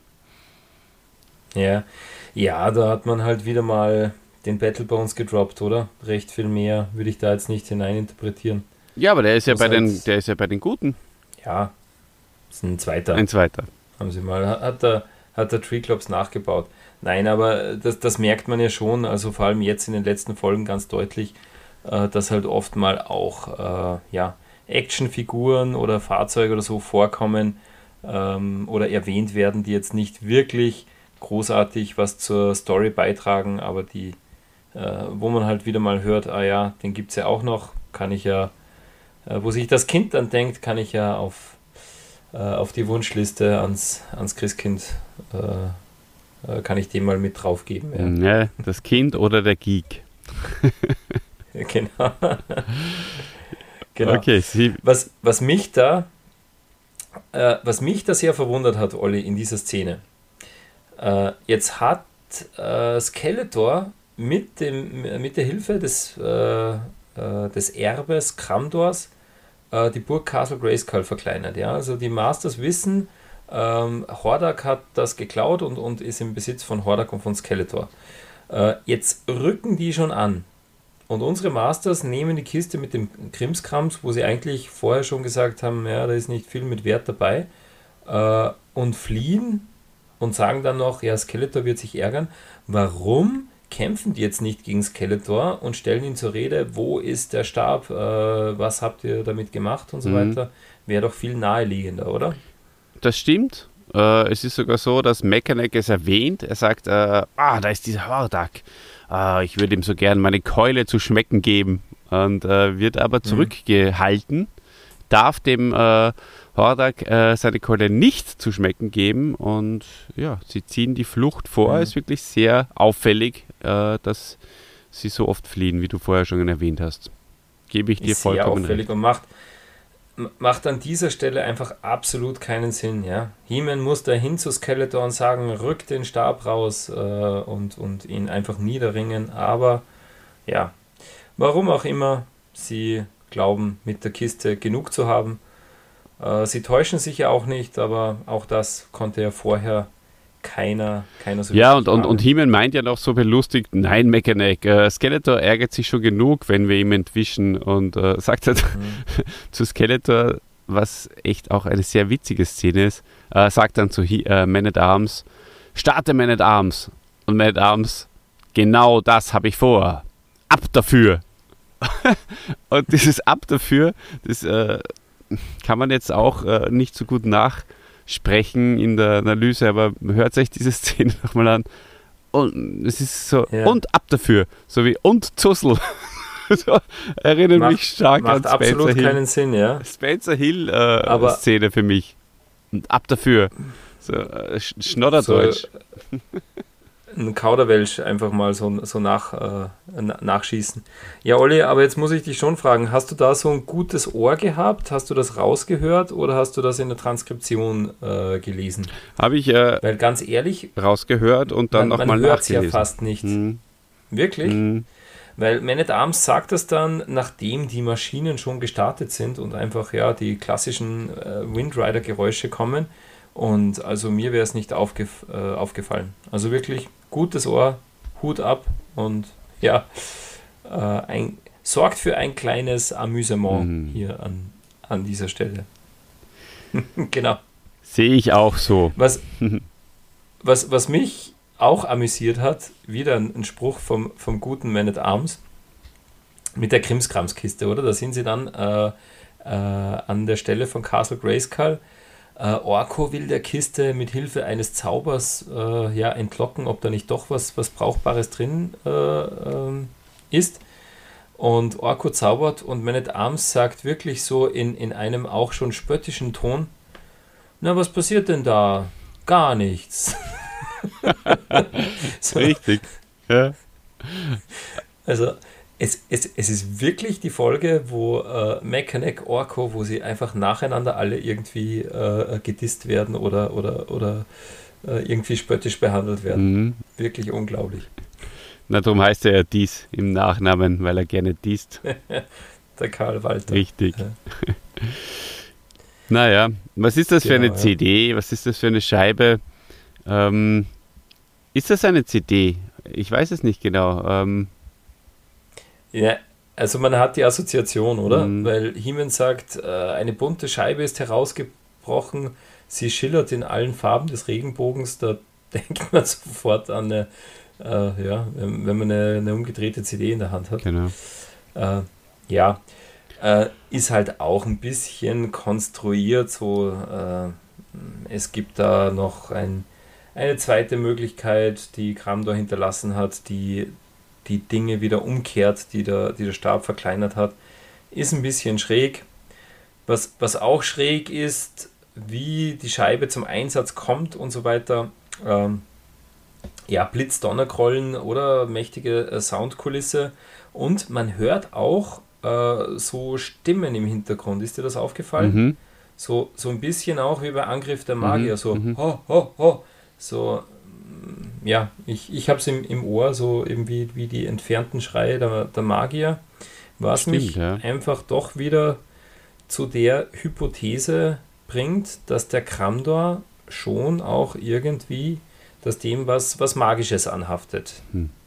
Ja, da hat man halt wieder mal den Battle Bones gedroppt, oder? Recht viel mehr würde ich da jetzt nicht hineininterpretieren. Ja, aber der ist ja bei den Guten. Ja, das ist ein zweiter. Haben sie mal, hat der Triclops nachgebaut. Nein, aber das merkt man ja schon, also vor allem jetzt in den letzten Folgen ganz deutlich, dass halt oft mal auch Actionfiguren oder Fahrzeuge oder so vorkommen oder erwähnt werden, die jetzt nicht wirklich großartig was zur Story beitragen, aber die, wo man halt wieder mal hört, den gibt es ja auch noch, kann ich ja, wo sich das Kind dann denkt, kann ich ja auf die Wunschliste ans Christkind, kann ich dem mal mit draufgeben. Ja, das Kind oder der Geek. Genau. Okay, was mich da sehr verwundert hat, Olli, in dieser Szene, Jetzt hat Skeletor mit der Hilfe des Erbes Kramdors die Burg Castle Grayskull verkleinert. Ja? Also die Masters wissen, Hordak hat das geklaut und ist im Besitz von Hordak und von Skeletor. Jetzt rücken die schon an. Und unsere Masters nehmen die Kiste mit dem Krimskrams, wo sie eigentlich vorher schon gesagt haben, ja, da ist nicht viel mit Wert dabei, und fliehen und sagen dann noch, ja, Skeletor wird sich ärgern. Warum kämpfen die jetzt nicht gegen Skeletor und stellen ihn zur Rede, wo ist der Stab, was habt ihr damit gemacht und so weiter? Wäre doch viel naheliegender, oder? Das stimmt. Es ist sogar so, dass Mekanek es erwähnt. Er sagt, da ist dieser Hordak. Ich würde ihm so gern meine Keule zu schmecken geben. Und wird aber zurückgehalten, darf dem Hordak seine Keule nicht zu schmecken geben. Und ja, sie ziehen die Flucht vor. Ist wirklich sehr auffällig, dass sie so oft fliehen, wie du vorher schon erwähnt hast. Gebe ich dir vollkommen recht. Und macht an dieser Stelle einfach absolut keinen Sinn. Ja? He-Man muss da hin zu Skeletor und sagen, rück den Stab raus und ihn einfach niederringen. Aber ja, warum auch immer, sie glauben, mit der Kiste genug zu haben. Sie täuschen sich ja auch nicht, aber auch das konnte ja vorher keiner so. Ja, und He-Man meint ja noch so belustigt, nein, Mekanek, Skeletor ärgert sich schon genug, wenn wir ihm entwischen, und sagt halt zu Skeletor, was echt auch eine sehr witzige Szene ist, sagt dann zu Man-at-Arms, starte Man-at-Arms, und Man-at-Arms, genau das habe ich vor, ab dafür. Und dieses ab dafür, das kann man jetzt auch nicht so gut nachsprechen in der Analyse, aber hört euch diese Szene nochmal an. Und es ist so, und ab dafür, so wie und Zussel. So, erinnert mich stark an Spencer Hill. Macht absolut keinen Sinn, ja. Spencer Hill Szene für mich. Und ab dafür. So, Schnodderdeutsch. So, ein Kauderwelsch einfach mal so nachschießen. Ja, Olli, aber jetzt muss ich dich schon fragen, hast du da so ein gutes Ohr gehabt? Hast du das rausgehört oder hast du das in der Transkription gelesen? Habe ich weil ganz ehrlich, rausgehört und dann nochmal nachgelesen. Man hört es ja fast nicht. Wirklich? Weil Man-at-Arms sagt das dann, nachdem die Maschinen schon gestartet sind und einfach die klassischen Windrider-Geräusche kommen. Und also mir wäre es nicht aufgefallen. Also wirklich gutes Ohr, Hut ab und sorgt für ein kleines Amüsement hier an dieser Stelle. Genau. Sehe ich auch so. Was mich auch amüsiert hat, wieder ein Spruch vom guten Man-at-Arms mit der Krimskramskiste, oder? Da sind sie dann an der Stelle von Castle Grayskull. Orko will der Kiste mit Hilfe eines Zaubers entlocken, ob da nicht doch was Brauchbares drin ist. Und Orko zaubert und Man-at-Arms sagt wirklich so in einem auch schon spöttischen Ton, na, was passiert denn da? Gar nichts. So. Richtig. Ja. Also es ist wirklich die Folge, wo Mekanek, Orko, wo sie einfach nacheinander alle irgendwie gedisst werden oder irgendwie spöttisch behandelt werden. Wirklich unglaublich. Na, darum heißt er ja Dies im Nachnamen, weil er gerne disst. Der Karl Walter. Richtig. Ja. Naja, was ist das für eine CD? Was ist das für eine Scheibe? Ist das eine CD? Ich weiß es nicht genau. Ja, also man hat die Assoziation, oder? Weil He-Man sagt, eine bunte Scheibe ist herausgebrochen, sie schillert in allen Farben des Regenbogens. Da denkt man sofort an wenn man eine umgedrehte CD in der Hand hat. Genau. Ist halt auch ein bisschen konstruiert, so es gibt da noch eine zweite Möglichkeit, die Kramdor hinterlassen hat, die Dinge wieder umkehrt, die der Stab verkleinert hat. Ist ein bisschen schräg. Was auch schräg ist, wie die Scheibe zum Einsatz kommt und so weiter. Blitz, Donnergrollen oder mächtige Soundkulisse. Und man hört auch so Stimmen im Hintergrund. Ist dir das aufgefallen? So ein bisschen auch wie bei Angriff der Magier. So ho, ho, ho. So ja, ich habe es im Ohr, so eben wie die entfernten Schreie der Magier, was mich einfach doch wieder zu der Hypothese bringt, dass der Kramdor schon auch irgendwie das dem was Magisches anhaftet.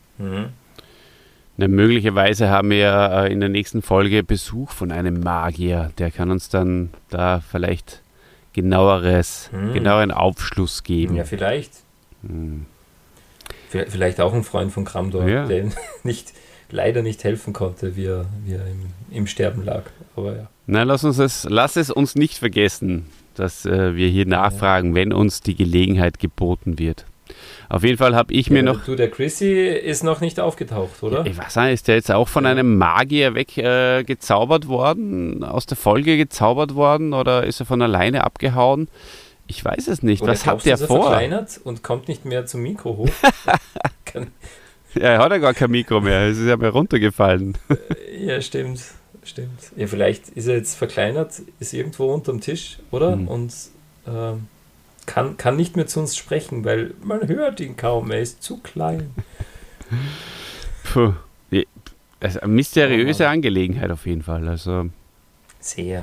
Na, möglicherweise haben wir ja in der nächsten Folge Besuch von einem Magier. Der kann uns dann da vielleicht genaueren Aufschluss geben. Ja, vielleicht. Vielleicht auch ein Freund von Kramdor, der leider nicht helfen konnte, wie er im Sterben lag. Aber ja. Na, lass es uns nicht vergessen, dass wir hier nachfragen, wenn uns die Gelegenheit geboten wird. Auf jeden Fall habe ich mir noch... der Chrissy ist noch nicht aufgetaucht, oder? Ich weiß nicht, ist der jetzt auch von einem Magier gezaubert worden, aus der Folge gezaubert worden, oder ist er von alleine abgehauen? Ich weiß es nicht. Oder was hat der vor? Er verkleinert und kommt nicht mehr zum Mikro hoch. Ja, er hat ja gar kein Mikro mehr. Es ist ja mal runtergefallen. Ja, stimmt. Ja, vielleicht ist er jetzt verkleinert, ist irgendwo unterm Tisch, oder? Und kann nicht mehr zu uns sprechen, weil man hört ihn kaum, er ist zu klein. Puh. Also eine mysteriöse Angelegenheit auf jeden Fall. Also sehr.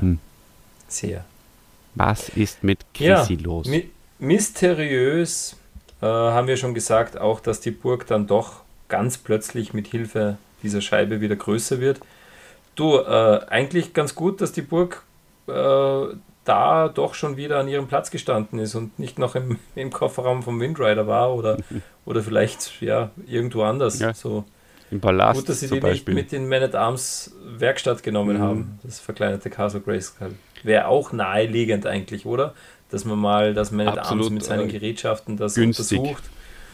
Was ist mit Chrissy los? Mysteriös haben wir schon gesagt, auch dass die Burg dann doch ganz plötzlich mit Hilfe dieser Scheibe wieder größer wird. Du, eigentlich ganz gut, dass die Burg da doch schon wieder an ihrem Platz gestanden ist und nicht noch im Kofferraum vom Windrider war oder vielleicht irgendwo anders. Ja, so. im Palast gut, dass sie zum die Beispiel nicht mit in Man-at-Arms Werkstatt genommen haben, das verkleinerte Castle Grayskull. Wäre auch naheliegend eigentlich, oder? Dass man mal das Man-at-Arms mit seinen Gerätschaften das günstig untersucht.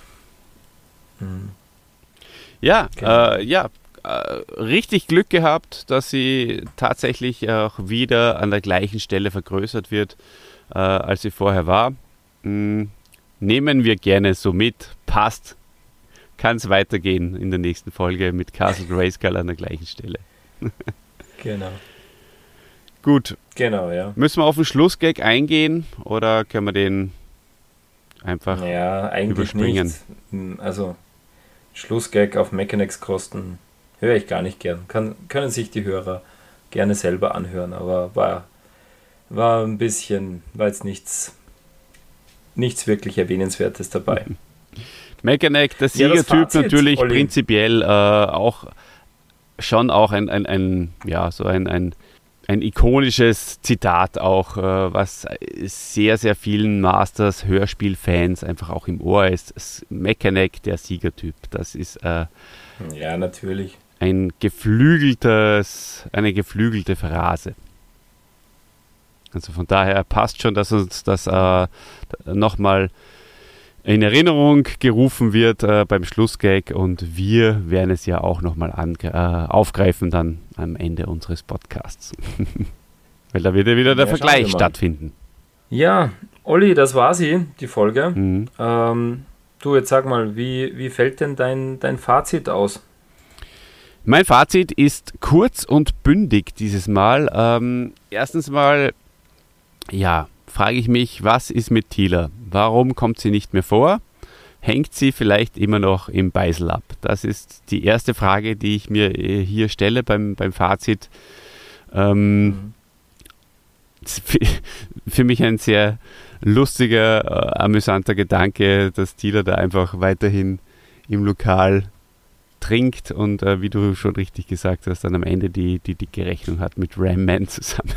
Ja, Genau. Richtig Glück gehabt, dass sie tatsächlich auch wieder an der gleichen Stelle vergrößert wird, als sie vorher war. Nehmen wir gerne so mit. Passt. Kann es weitergehen in der nächsten Folge mit Castle Grayskull an der gleichen Stelle. Genau. Gut. Genau, ja. Müssen wir auf den Schlussgag eingehen oder können wir den einfach eigentlich überspringen? Nicht. Also Schlussgag auf Mechanics kosten höre ich gar nicht gern. Können sich die Hörer gerne selber anhören, aber war jetzt nichts wirklich Erwähnenswertes dabei. Mechaneck, der Siegertyp Fazit, natürlich Olli. prinzipiell auch schon auch ein ikonisches Zitat auch, was sehr, sehr vielen Masters-Hörspielfans einfach auch im Ohr ist. Mechaneck, der Siegertyp, das ist ja, natürlich. eine geflügelte Phrase. Also von daher passt schon, dass uns das nochmal in Erinnerung gerufen wird beim Schlussgag, und wir werden es ja auch nochmal aufgreifen dann am Ende unseres Podcasts. Weil da wird ja wieder der Vergleich stattfinden. Ja, Olli, das war sie, die Folge. Du, jetzt sag mal, wie fällt denn dein Fazit aus? Mein Fazit ist kurz und bündig dieses Mal. Erstens mal, frage ich mich, was ist mit Teela? Warum kommt sie nicht mehr vor? Hängt sie vielleicht immer noch im Beisel ab? Das ist die erste Frage, die ich mir hier stelle beim Fazit. Für mich ein sehr lustiger, amüsanter Gedanke, dass Teela da einfach weiterhin im Lokal trinkt und wie du schon richtig gesagt hast, dann am Ende die dicke Rechnung hat mit Ram Man zusammen.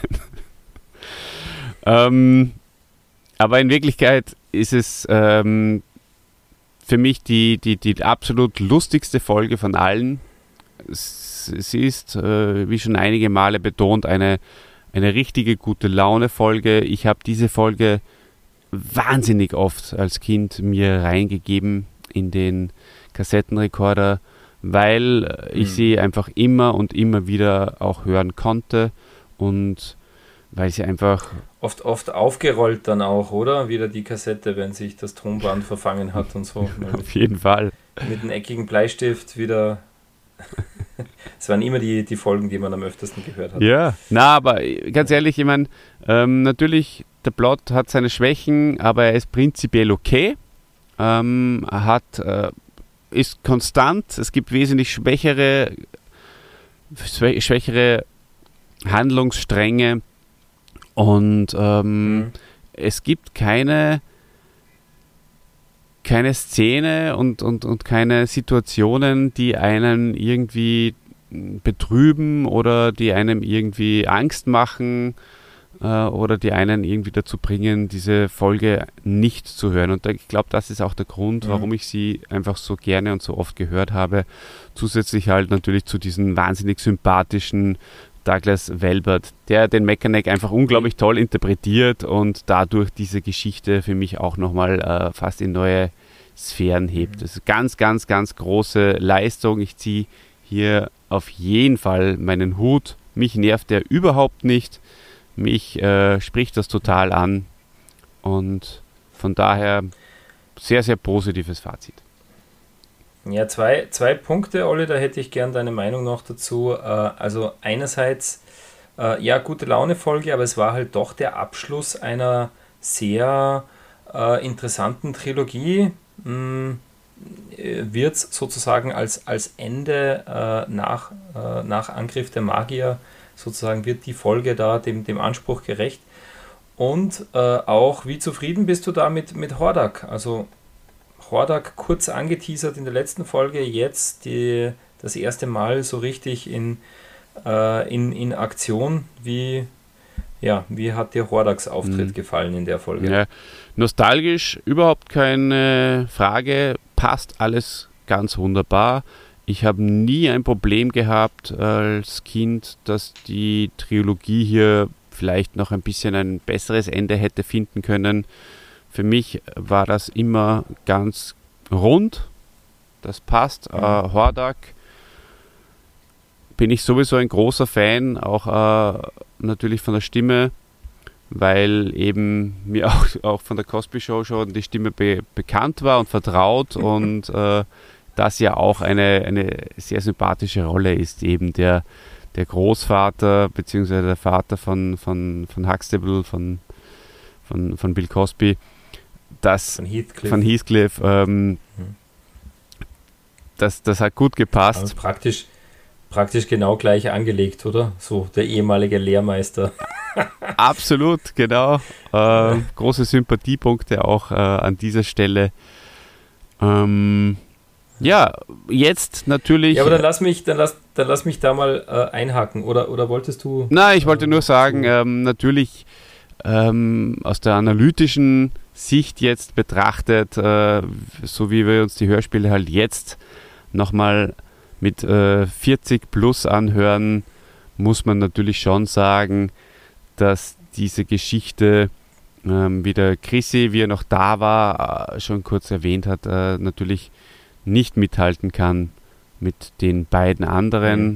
Aber in Wirklichkeit ist es für mich die absolut lustigste Folge von allen. Sie ist, wie schon einige Male betont, eine richtige gute Laune-Folge. Ich habe diese Folge wahnsinnig oft als Kind mir reingegeben in den Kassettenrekorder, weil ich sie einfach immer und immer wieder auch hören konnte und weil sie einfach... Oft aufgerollt dann auch, oder? Wieder die Kassette, wenn sich das Tonband verfangen hat und so. Auf jeden Fall. Mit einem eckigen Bleistift wieder... Es waren immer die Folgen, die man am öftesten gehört hat. Ja, aber ganz ehrlich, ich meine, natürlich, der Plot hat seine Schwächen, aber er ist prinzipiell okay. ist konstant. Es gibt wesentlich schwächere Handlungsstränge und es gibt keine Szene und keine Situationen, die einen irgendwie betrüben oder die einem irgendwie Angst machen oder die einen irgendwie dazu bringen, diese Folge nicht zu hören. Und ich glaube, das ist auch der Grund, warum ich sie einfach so gerne und so oft gehört habe. Zusätzlich halt natürlich zu diesem wahnsinnig sympathischen Douglas Welbert, der den Mechanic einfach unglaublich toll interpretiert und dadurch diese Geschichte für mich auch nochmal fast in neue Sphären hebt. Das ist ganz, ganz, ganz große Leistung. Ich ziehe hier auf jeden Fall meinen Hut. Mich nervt der überhaupt nicht. Mich spricht das total an und von daher sehr, sehr positives Fazit. Ja, zwei Punkte, Olli, da hätte ich gern deine Meinung noch dazu. Also einerseits, ja, gute Laune-Folge, aber es war halt doch der Abschluss einer sehr interessanten Trilogie. Wird sozusagen als Ende nach Angriff der Magier sozusagen wird die Folge da dem Anspruch gerecht. Und auch, wie zufrieden bist du da mit Hordak? Also Hordak kurz angeteasert in der letzten Folge, jetzt das erste Mal so richtig in Aktion. Wie hat dir Hordaks Auftritt gefallen in der Folge? Ja, nostalgisch, überhaupt keine Frage, passt alles ganz wunderbar. Ich habe nie ein Problem gehabt als Kind, dass die Trilogie hier vielleicht noch ein bisschen ein besseres Ende hätte finden können. Für mich war das immer ganz rund. Das passt. Hordak bin ich sowieso ein großer Fan, auch natürlich von der Stimme, weil eben mir auch von der Cosby Show schon die Stimme bekannt war und vertraut und das ja auch eine sehr sympathische Rolle ist, eben der Großvater bzw. der Vater von Huxtable, von Bill Cosby, von Heathcliff, das hat gut gepasst. Also praktisch genau gleich angelegt, oder? So der ehemalige Lehrmeister. Absolut, genau. Große Sympathiepunkte auch an dieser Stelle. Ja, jetzt natürlich. Ja, aber dann lass mich da mal einhaken. Oder wolltest du? Nein, ich wollte nur sagen, natürlich aus der analytischen Sicht jetzt betrachtet, so wie wir uns die Hörspiele halt jetzt nochmal mit 40 plus anhören, muss man natürlich schon sagen, dass diese Geschichte, wie der Chrissy, wie er noch da war, schon kurz erwähnt hat, natürlich nicht mithalten kann mit den beiden anderen.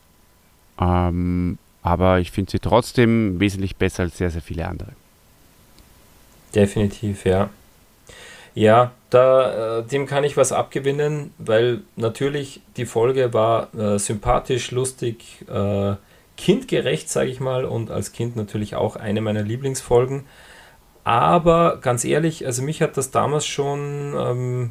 Aber ich finde sie trotzdem wesentlich besser als sehr, sehr viele andere. Definitiv, ja. Ja, dem kann ich was abgewinnen, weil natürlich die Folge war sympathisch, lustig, kindgerecht, sage ich mal, und als Kind natürlich auch eine meiner Lieblingsfolgen. Aber ganz ehrlich, also mich hat das damals schon,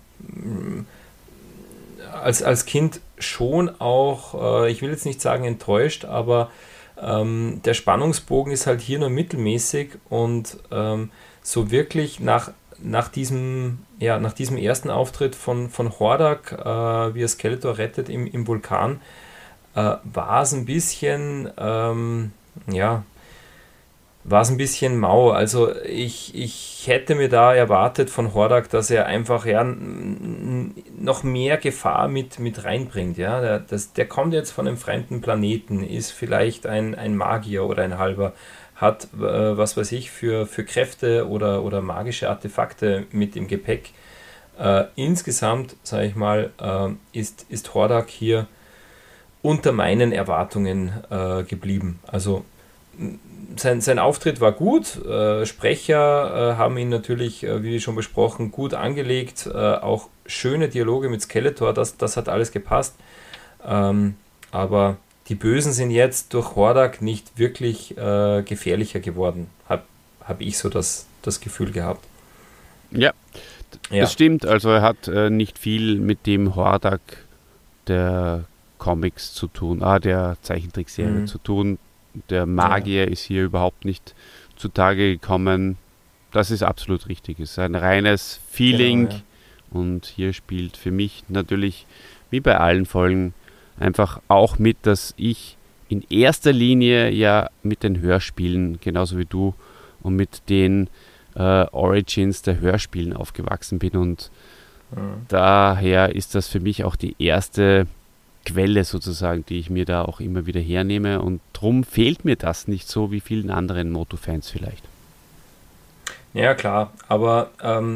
als Kind schon auch, ich will jetzt nicht sagen enttäuscht, aber der Spannungsbogen ist halt hier nur mittelmäßig und so wirklich nach diesem ersten Auftritt von Hordak, wie er Skeletor rettet im Vulkan, war es ein bisschen mau. Also ich hätte mir da erwartet von Hordak, dass er einfach noch mehr Gefahr mit reinbringt. Ja? Der kommt jetzt von einem fremden Planeten, ist vielleicht ein Magier oder ein Halber, hat, was weiß ich, für Kräfte oder magische Artefakte mit im Gepäck. Insgesamt, sage ich mal, ist Hordak hier unter meinen Erwartungen geblieben. Also sein Auftritt war gut, Sprecher haben ihn natürlich, wie schon besprochen, gut angelegt, auch schöne Dialoge mit Skeletor, das hat alles gepasst, aber die Bösen sind jetzt durch Hordak nicht wirklich gefährlicher geworden, hab ich so das Gefühl gehabt. Ja, Ja. Das stimmt, also er hat nicht viel mit dem Hordak der Comics zu tun, der Zeichentrickserie zu tun. Der Magier ist hier überhaupt nicht zutage gekommen. Das ist absolut richtig. Es ist ein reines Feeling und hier spielt für mich natürlich, wie bei allen Folgen, einfach auch mit, dass ich in erster Linie ja mit den Hörspielen, genauso wie du, und mit den Origins der Hörspielen aufgewachsen bin und daher ist das für mich auch die erste Quelle sozusagen, die ich mir da auch immer wieder hernehme und drum fehlt mir das nicht so wie vielen anderen Moto-Fans vielleicht. Ja klar, aber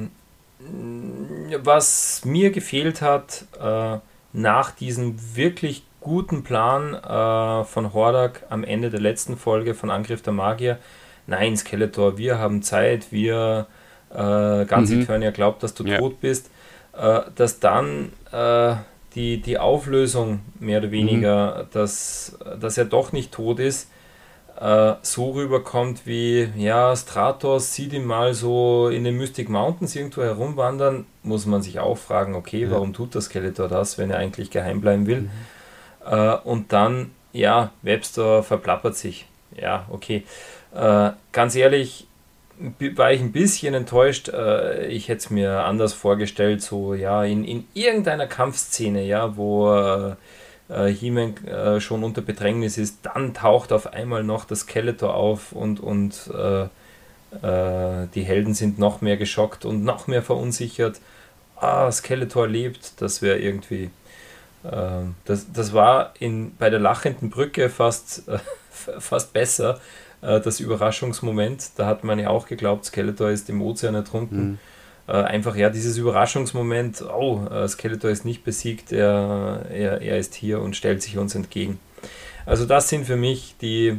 was mir gefehlt hat nach diesem wirklich guten Plan von Hordak am Ende der letzten Folge von Angriff der Magier, nein Skeletor, wir haben Zeit, ganz Eternia glaubt, dass du tot bist, dass dann die Auflösung mehr oder weniger, dass er doch nicht tot ist, so rüberkommt wie, Stratos sieht ihn mal so in den Mystic Mountains irgendwo herumwandern, muss man sich auch fragen, okay, warum tut der Skeletor das, wenn er eigentlich geheim bleiben will? Und dann, Webster verplappert sich. Ja, okay. Ganz ehrlich, war ich ein bisschen enttäuscht. Ich hätte es mir anders vorgestellt, so in irgendeiner Kampfszene, wo He-Man schon unter Bedrängnis ist, dann taucht auf einmal noch das Skeletor auf und die Helden sind noch mehr geschockt und noch mehr verunsichert. Skeletor lebt, das wäre irgendwie das war bei der lachenden Brücke fast besser. Das Überraschungsmoment, da hat man ja auch geglaubt, Skeletor ist im Ozean ertrunken. Einfach dieses Überraschungsmoment, Skeletor ist nicht besiegt, er ist hier und stellt sich uns entgegen. Also das sind für mich die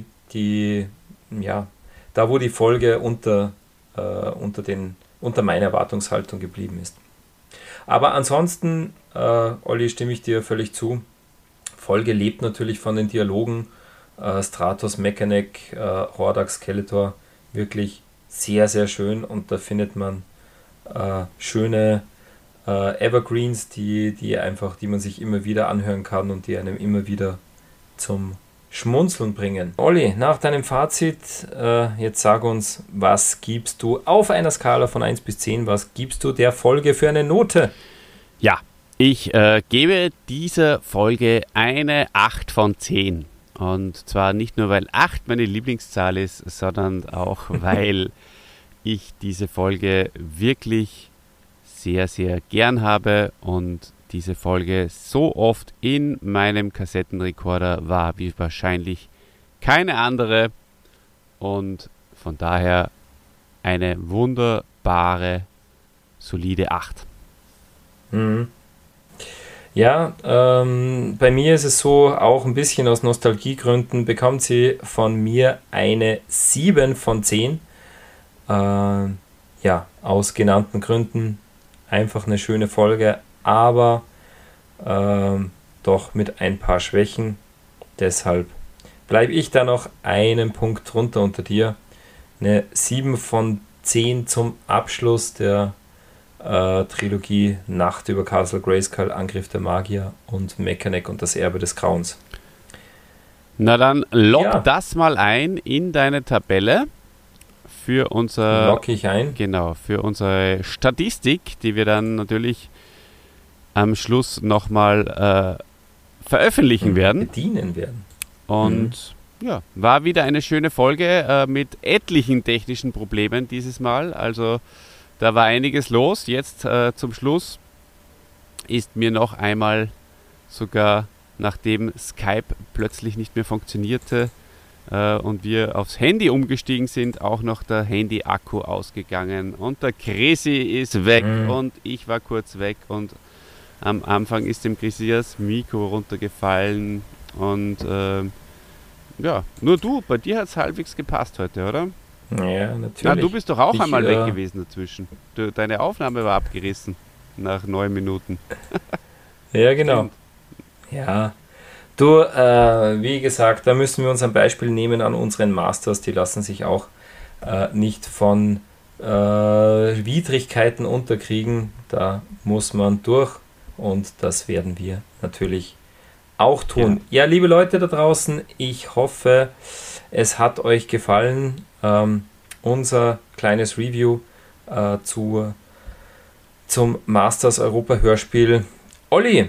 da wo die Folge unter meiner Erwartungshaltung geblieben ist. Aber ansonsten, Olli, stimme ich dir völlig zu. Folge lebt natürlich von den Dialogen. Stratos, Mekanek, Hordak, Skeletor, wirklich sehr, sehr schön und da findet man schöne Evergreens, die man sich immer wieder anhören kann und die einem immer wieder zum Schmunzeln bringen. Olli, nach deinem Fazit, jetzt sag uns, was gibst du auf einer Skala von 1 bis 10, was gibst du der Folge für eine Note? Ja, ich gebe dieser Folge eine 8 von 10. Und zwar nicht nur, weil 8 meine Lieblingszahl ist, sondern auch, weil ich diese Folge wirklich sehr, sehr gern habe und diese Folge so oft in meinem Kassettenrekorder war wie wahrscheinlich keine andere. Und von daher eine wunderbare, solide 8. Ja, bei mir ist es so, auch ein bisschen aus Nostalgiegründen bekommt sie von mir eine 7 von 10. Aus genannten Gründen einfach eine schöne Folge, aber doch mit ein paar Schwächen. Deshalb bleibe ich da noch einen Punkt drunter unter dir. Eine 7 von 10 zum Abschluss der Trilogie Nacht über Castle Grayskull, Angriff der Magier und Mekanek und das Erbe des Grauens. Na dann lock das mal ein in deine Tabelle für unser Lock ich ein. Genau, für unsere Statistik, die wir dann natürlich am Schluss nochmal veröffentlichen werden. Bedienen werden. Und war wieder eine schöne Folge mit etlichen technischen Problemen dieses Mal. Also da war einiges los. Jetzt zum Schluss ist mir noch einmal sogar, nachdem Skype plötzlich nicht mehr funktionierte und wir aufs Handy umgestiegen sind, auch noch der Handy-Akku ausgegangen und der Chrissy ist weg und ich war kurz weg und am Anfang ist dem Chrissy das Mikro runtergefallen und nur du, bei dir hat es halbwegs gepasst heute, oder? Ja, natürlich. Ja, du bist doch auch einmal weg gewesen dazwischen. Deine Aufnahme war abgerissen nach 9 Minuten. Ja, genau. Ja. Du, wie gesagt, da müssen wir uns ein Beispiel nehmen an unseren Masters. Die lassen sich auch nicht von Widrigkeiten unterkriegen, da muss man durch und das werden wir natürlich auch tun. Ja, liebe Leute da draußen, ich hoffe, es hat euch gefallen, unser kleines Review zum Masters Europa Hörspiel. Olli,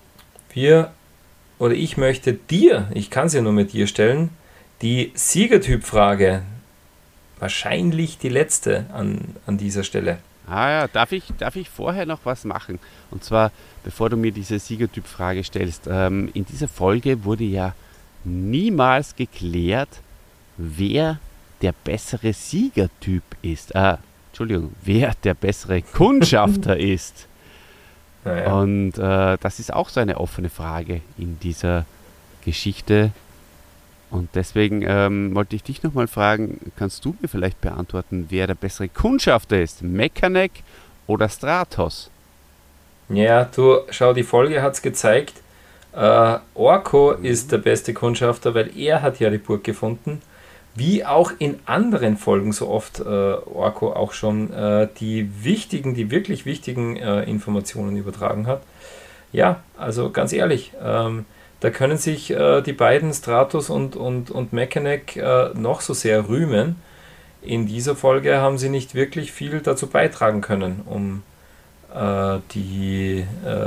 ich möchte dir, ich kann es ja nur mit dir stellen, die Siegertyp-Frage, wahrscheinlich die letzte an dieser Stelle. Darf ich vorher noch was machen? Und zwar, bevor du mir diese Siegertyp-Frage stellst, in dieser Folge wurde ja niemals geklärt, wer der bessere Siegertyp ist. Wer der bessere Kundschafter ist. Naja. Und das ist auch so eine offene Frage in dieser Geschichte. Und deswegen wollte ich dich nochmal fragen, kannst du mir vielleicht beantworten, wer der bessere Kundschafter ist? Mekanek oder Stratos? Ja, schau, die Folge hat es gezeigt. Orko ist der beste Kundschafter, weil er hat ja die Burg gefunden. Wie auch in anderen Folgen so oft Orko auch schon die wirklich wichtigen Informationen übertragen hat. Ja, also ganz ehrlich, da können sich die beiden, Stratos und Mekanek, noch so sehr rühmen. In dieser Folge haben sie nicht wirklich viel dazu beitragen können, um die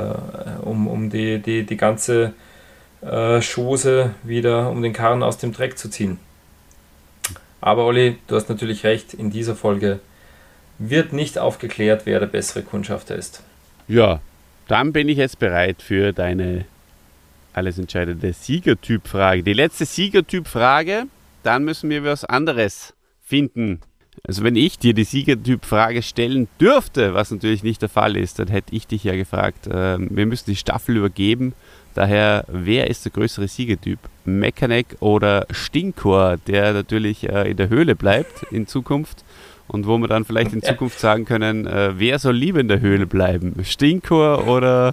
ganze Chose wieder, um den Karren aus dem Dreck zu ziehen. Aber Olli, du hast natürlich recht, in dieser Folge wird nicht aufgeklärt, wer der bessere Kundschafter ist. Ja, dann bin ich jetzt bereit für deine alles entscheidende Siegertyp-Frage. Die letzte Siegertyp-Frage, dann müssen wir was anderes finden. Also wenn ich dir die Siegertyp-Frage stellen dürfte, was natürlich nicht der Fall ist, dann hätte ich dich ja gefragt, wir müssen die Staffel übergeben. Daher, wer ist der größere Siegertyp? Mekanek oder Stinkor, der natürlich in der Höhle bleibt in Zukunft und wo wir dann vielleicht in Zukunft sagen können, wer soll lieber in der Höhle bleiben? Stinkor oder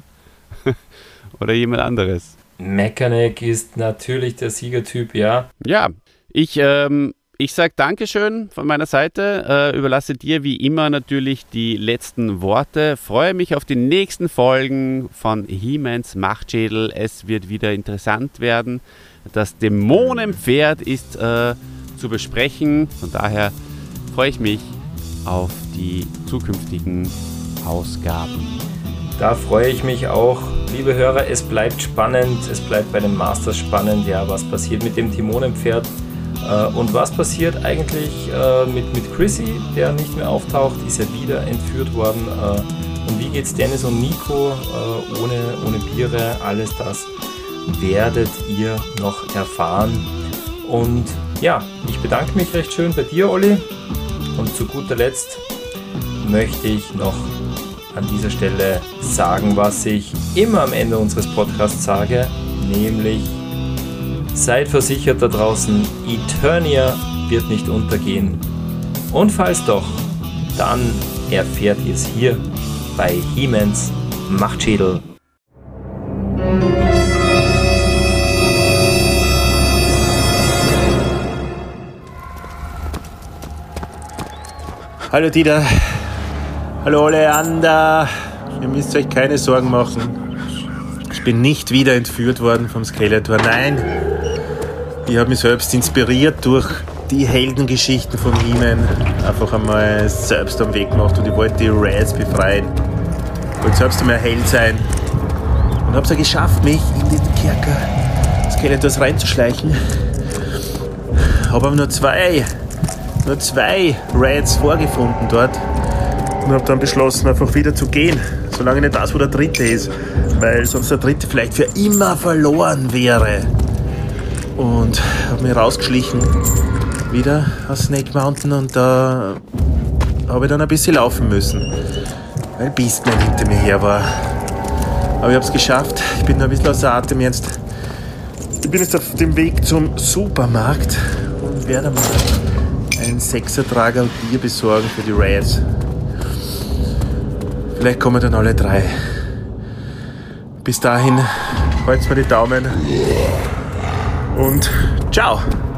jemand anderes? Mekanek ist natürlich der Siegertyp, ja. Ja, ich sage Dankeschön von meiner Seite, überlasse dir wie immer natürlich die letzten Worte, freue mich auf die nächsten Folgen von He-Mans Machtschädel, es wird wieder interessant werden, das Dämonenpferd ist zu besprechen, von daher freue ich mich auf die zukünftigen Ausgaben. Da freue ich mich auch, liebe Hörer, es bleibt spannend, es bleibt bei den Masters spannend, ja, was passiert mit dem Dämonenpferd? Und was passiert eigentlich mit Chrissy, der nicht mehr auftaucht, ist er wieder entführt worden. Und wie geht's Dennis und Nico ohne Biere? Alles das werdet ihr noch erfahren. Und ja, ich bedanke mich recht schön bei dir, Olli. Und zu guter Letzt möchte ich noch an dieser Stelle sagen, was ich immer am Ende unseres Podcasts sage, nämlich: Seid versichert da draußen, Eternia wird nicht untergehen. Und falls doch, dann erfährt ihr es hier bei He-Mans Machtschädel. Hallo Dieter. Hallo Oleander. Ihr müsst euch keine Sorgen machen. Ich bin nicht wieder entführt worden vom Skeletor. Nein. Ich habe mich selbst inspiriert durch die Heldengeschichten von He-Man. Einfach einmal selbst am Weg gemacht und ich wollte die Reds befreien. Ich wollte selbst einmal Held sein. Und habe es ja geschafft, mich in den Kerker Skeletors reinzuschleichen. Habe aber nur zwei Reds vorgefunden dort. Und habe dann beschlossen, einfach wieder zu gehen. Solange nicht das, wo der dritte ist. Weil sonst der dritte vielleicht für immer verloren wäre. Und habe mich rausgeschlichen, wieder aus Snake Mountain, und da habe ich dann ein bisschen laufen müssen, weil Beastman hinter mir her war. Aber ich habe es geschafft, ich bin noch ein bisschen außer Atem jetzt. Ich bin jetzt auf dem Weg zum Supermarkt und werde mal einen 6er-Trager Bier besorgen für die Reds. Vielleicht kommen dann alle drei. Bis dahin, halt's mir die Daumen. Und ciao!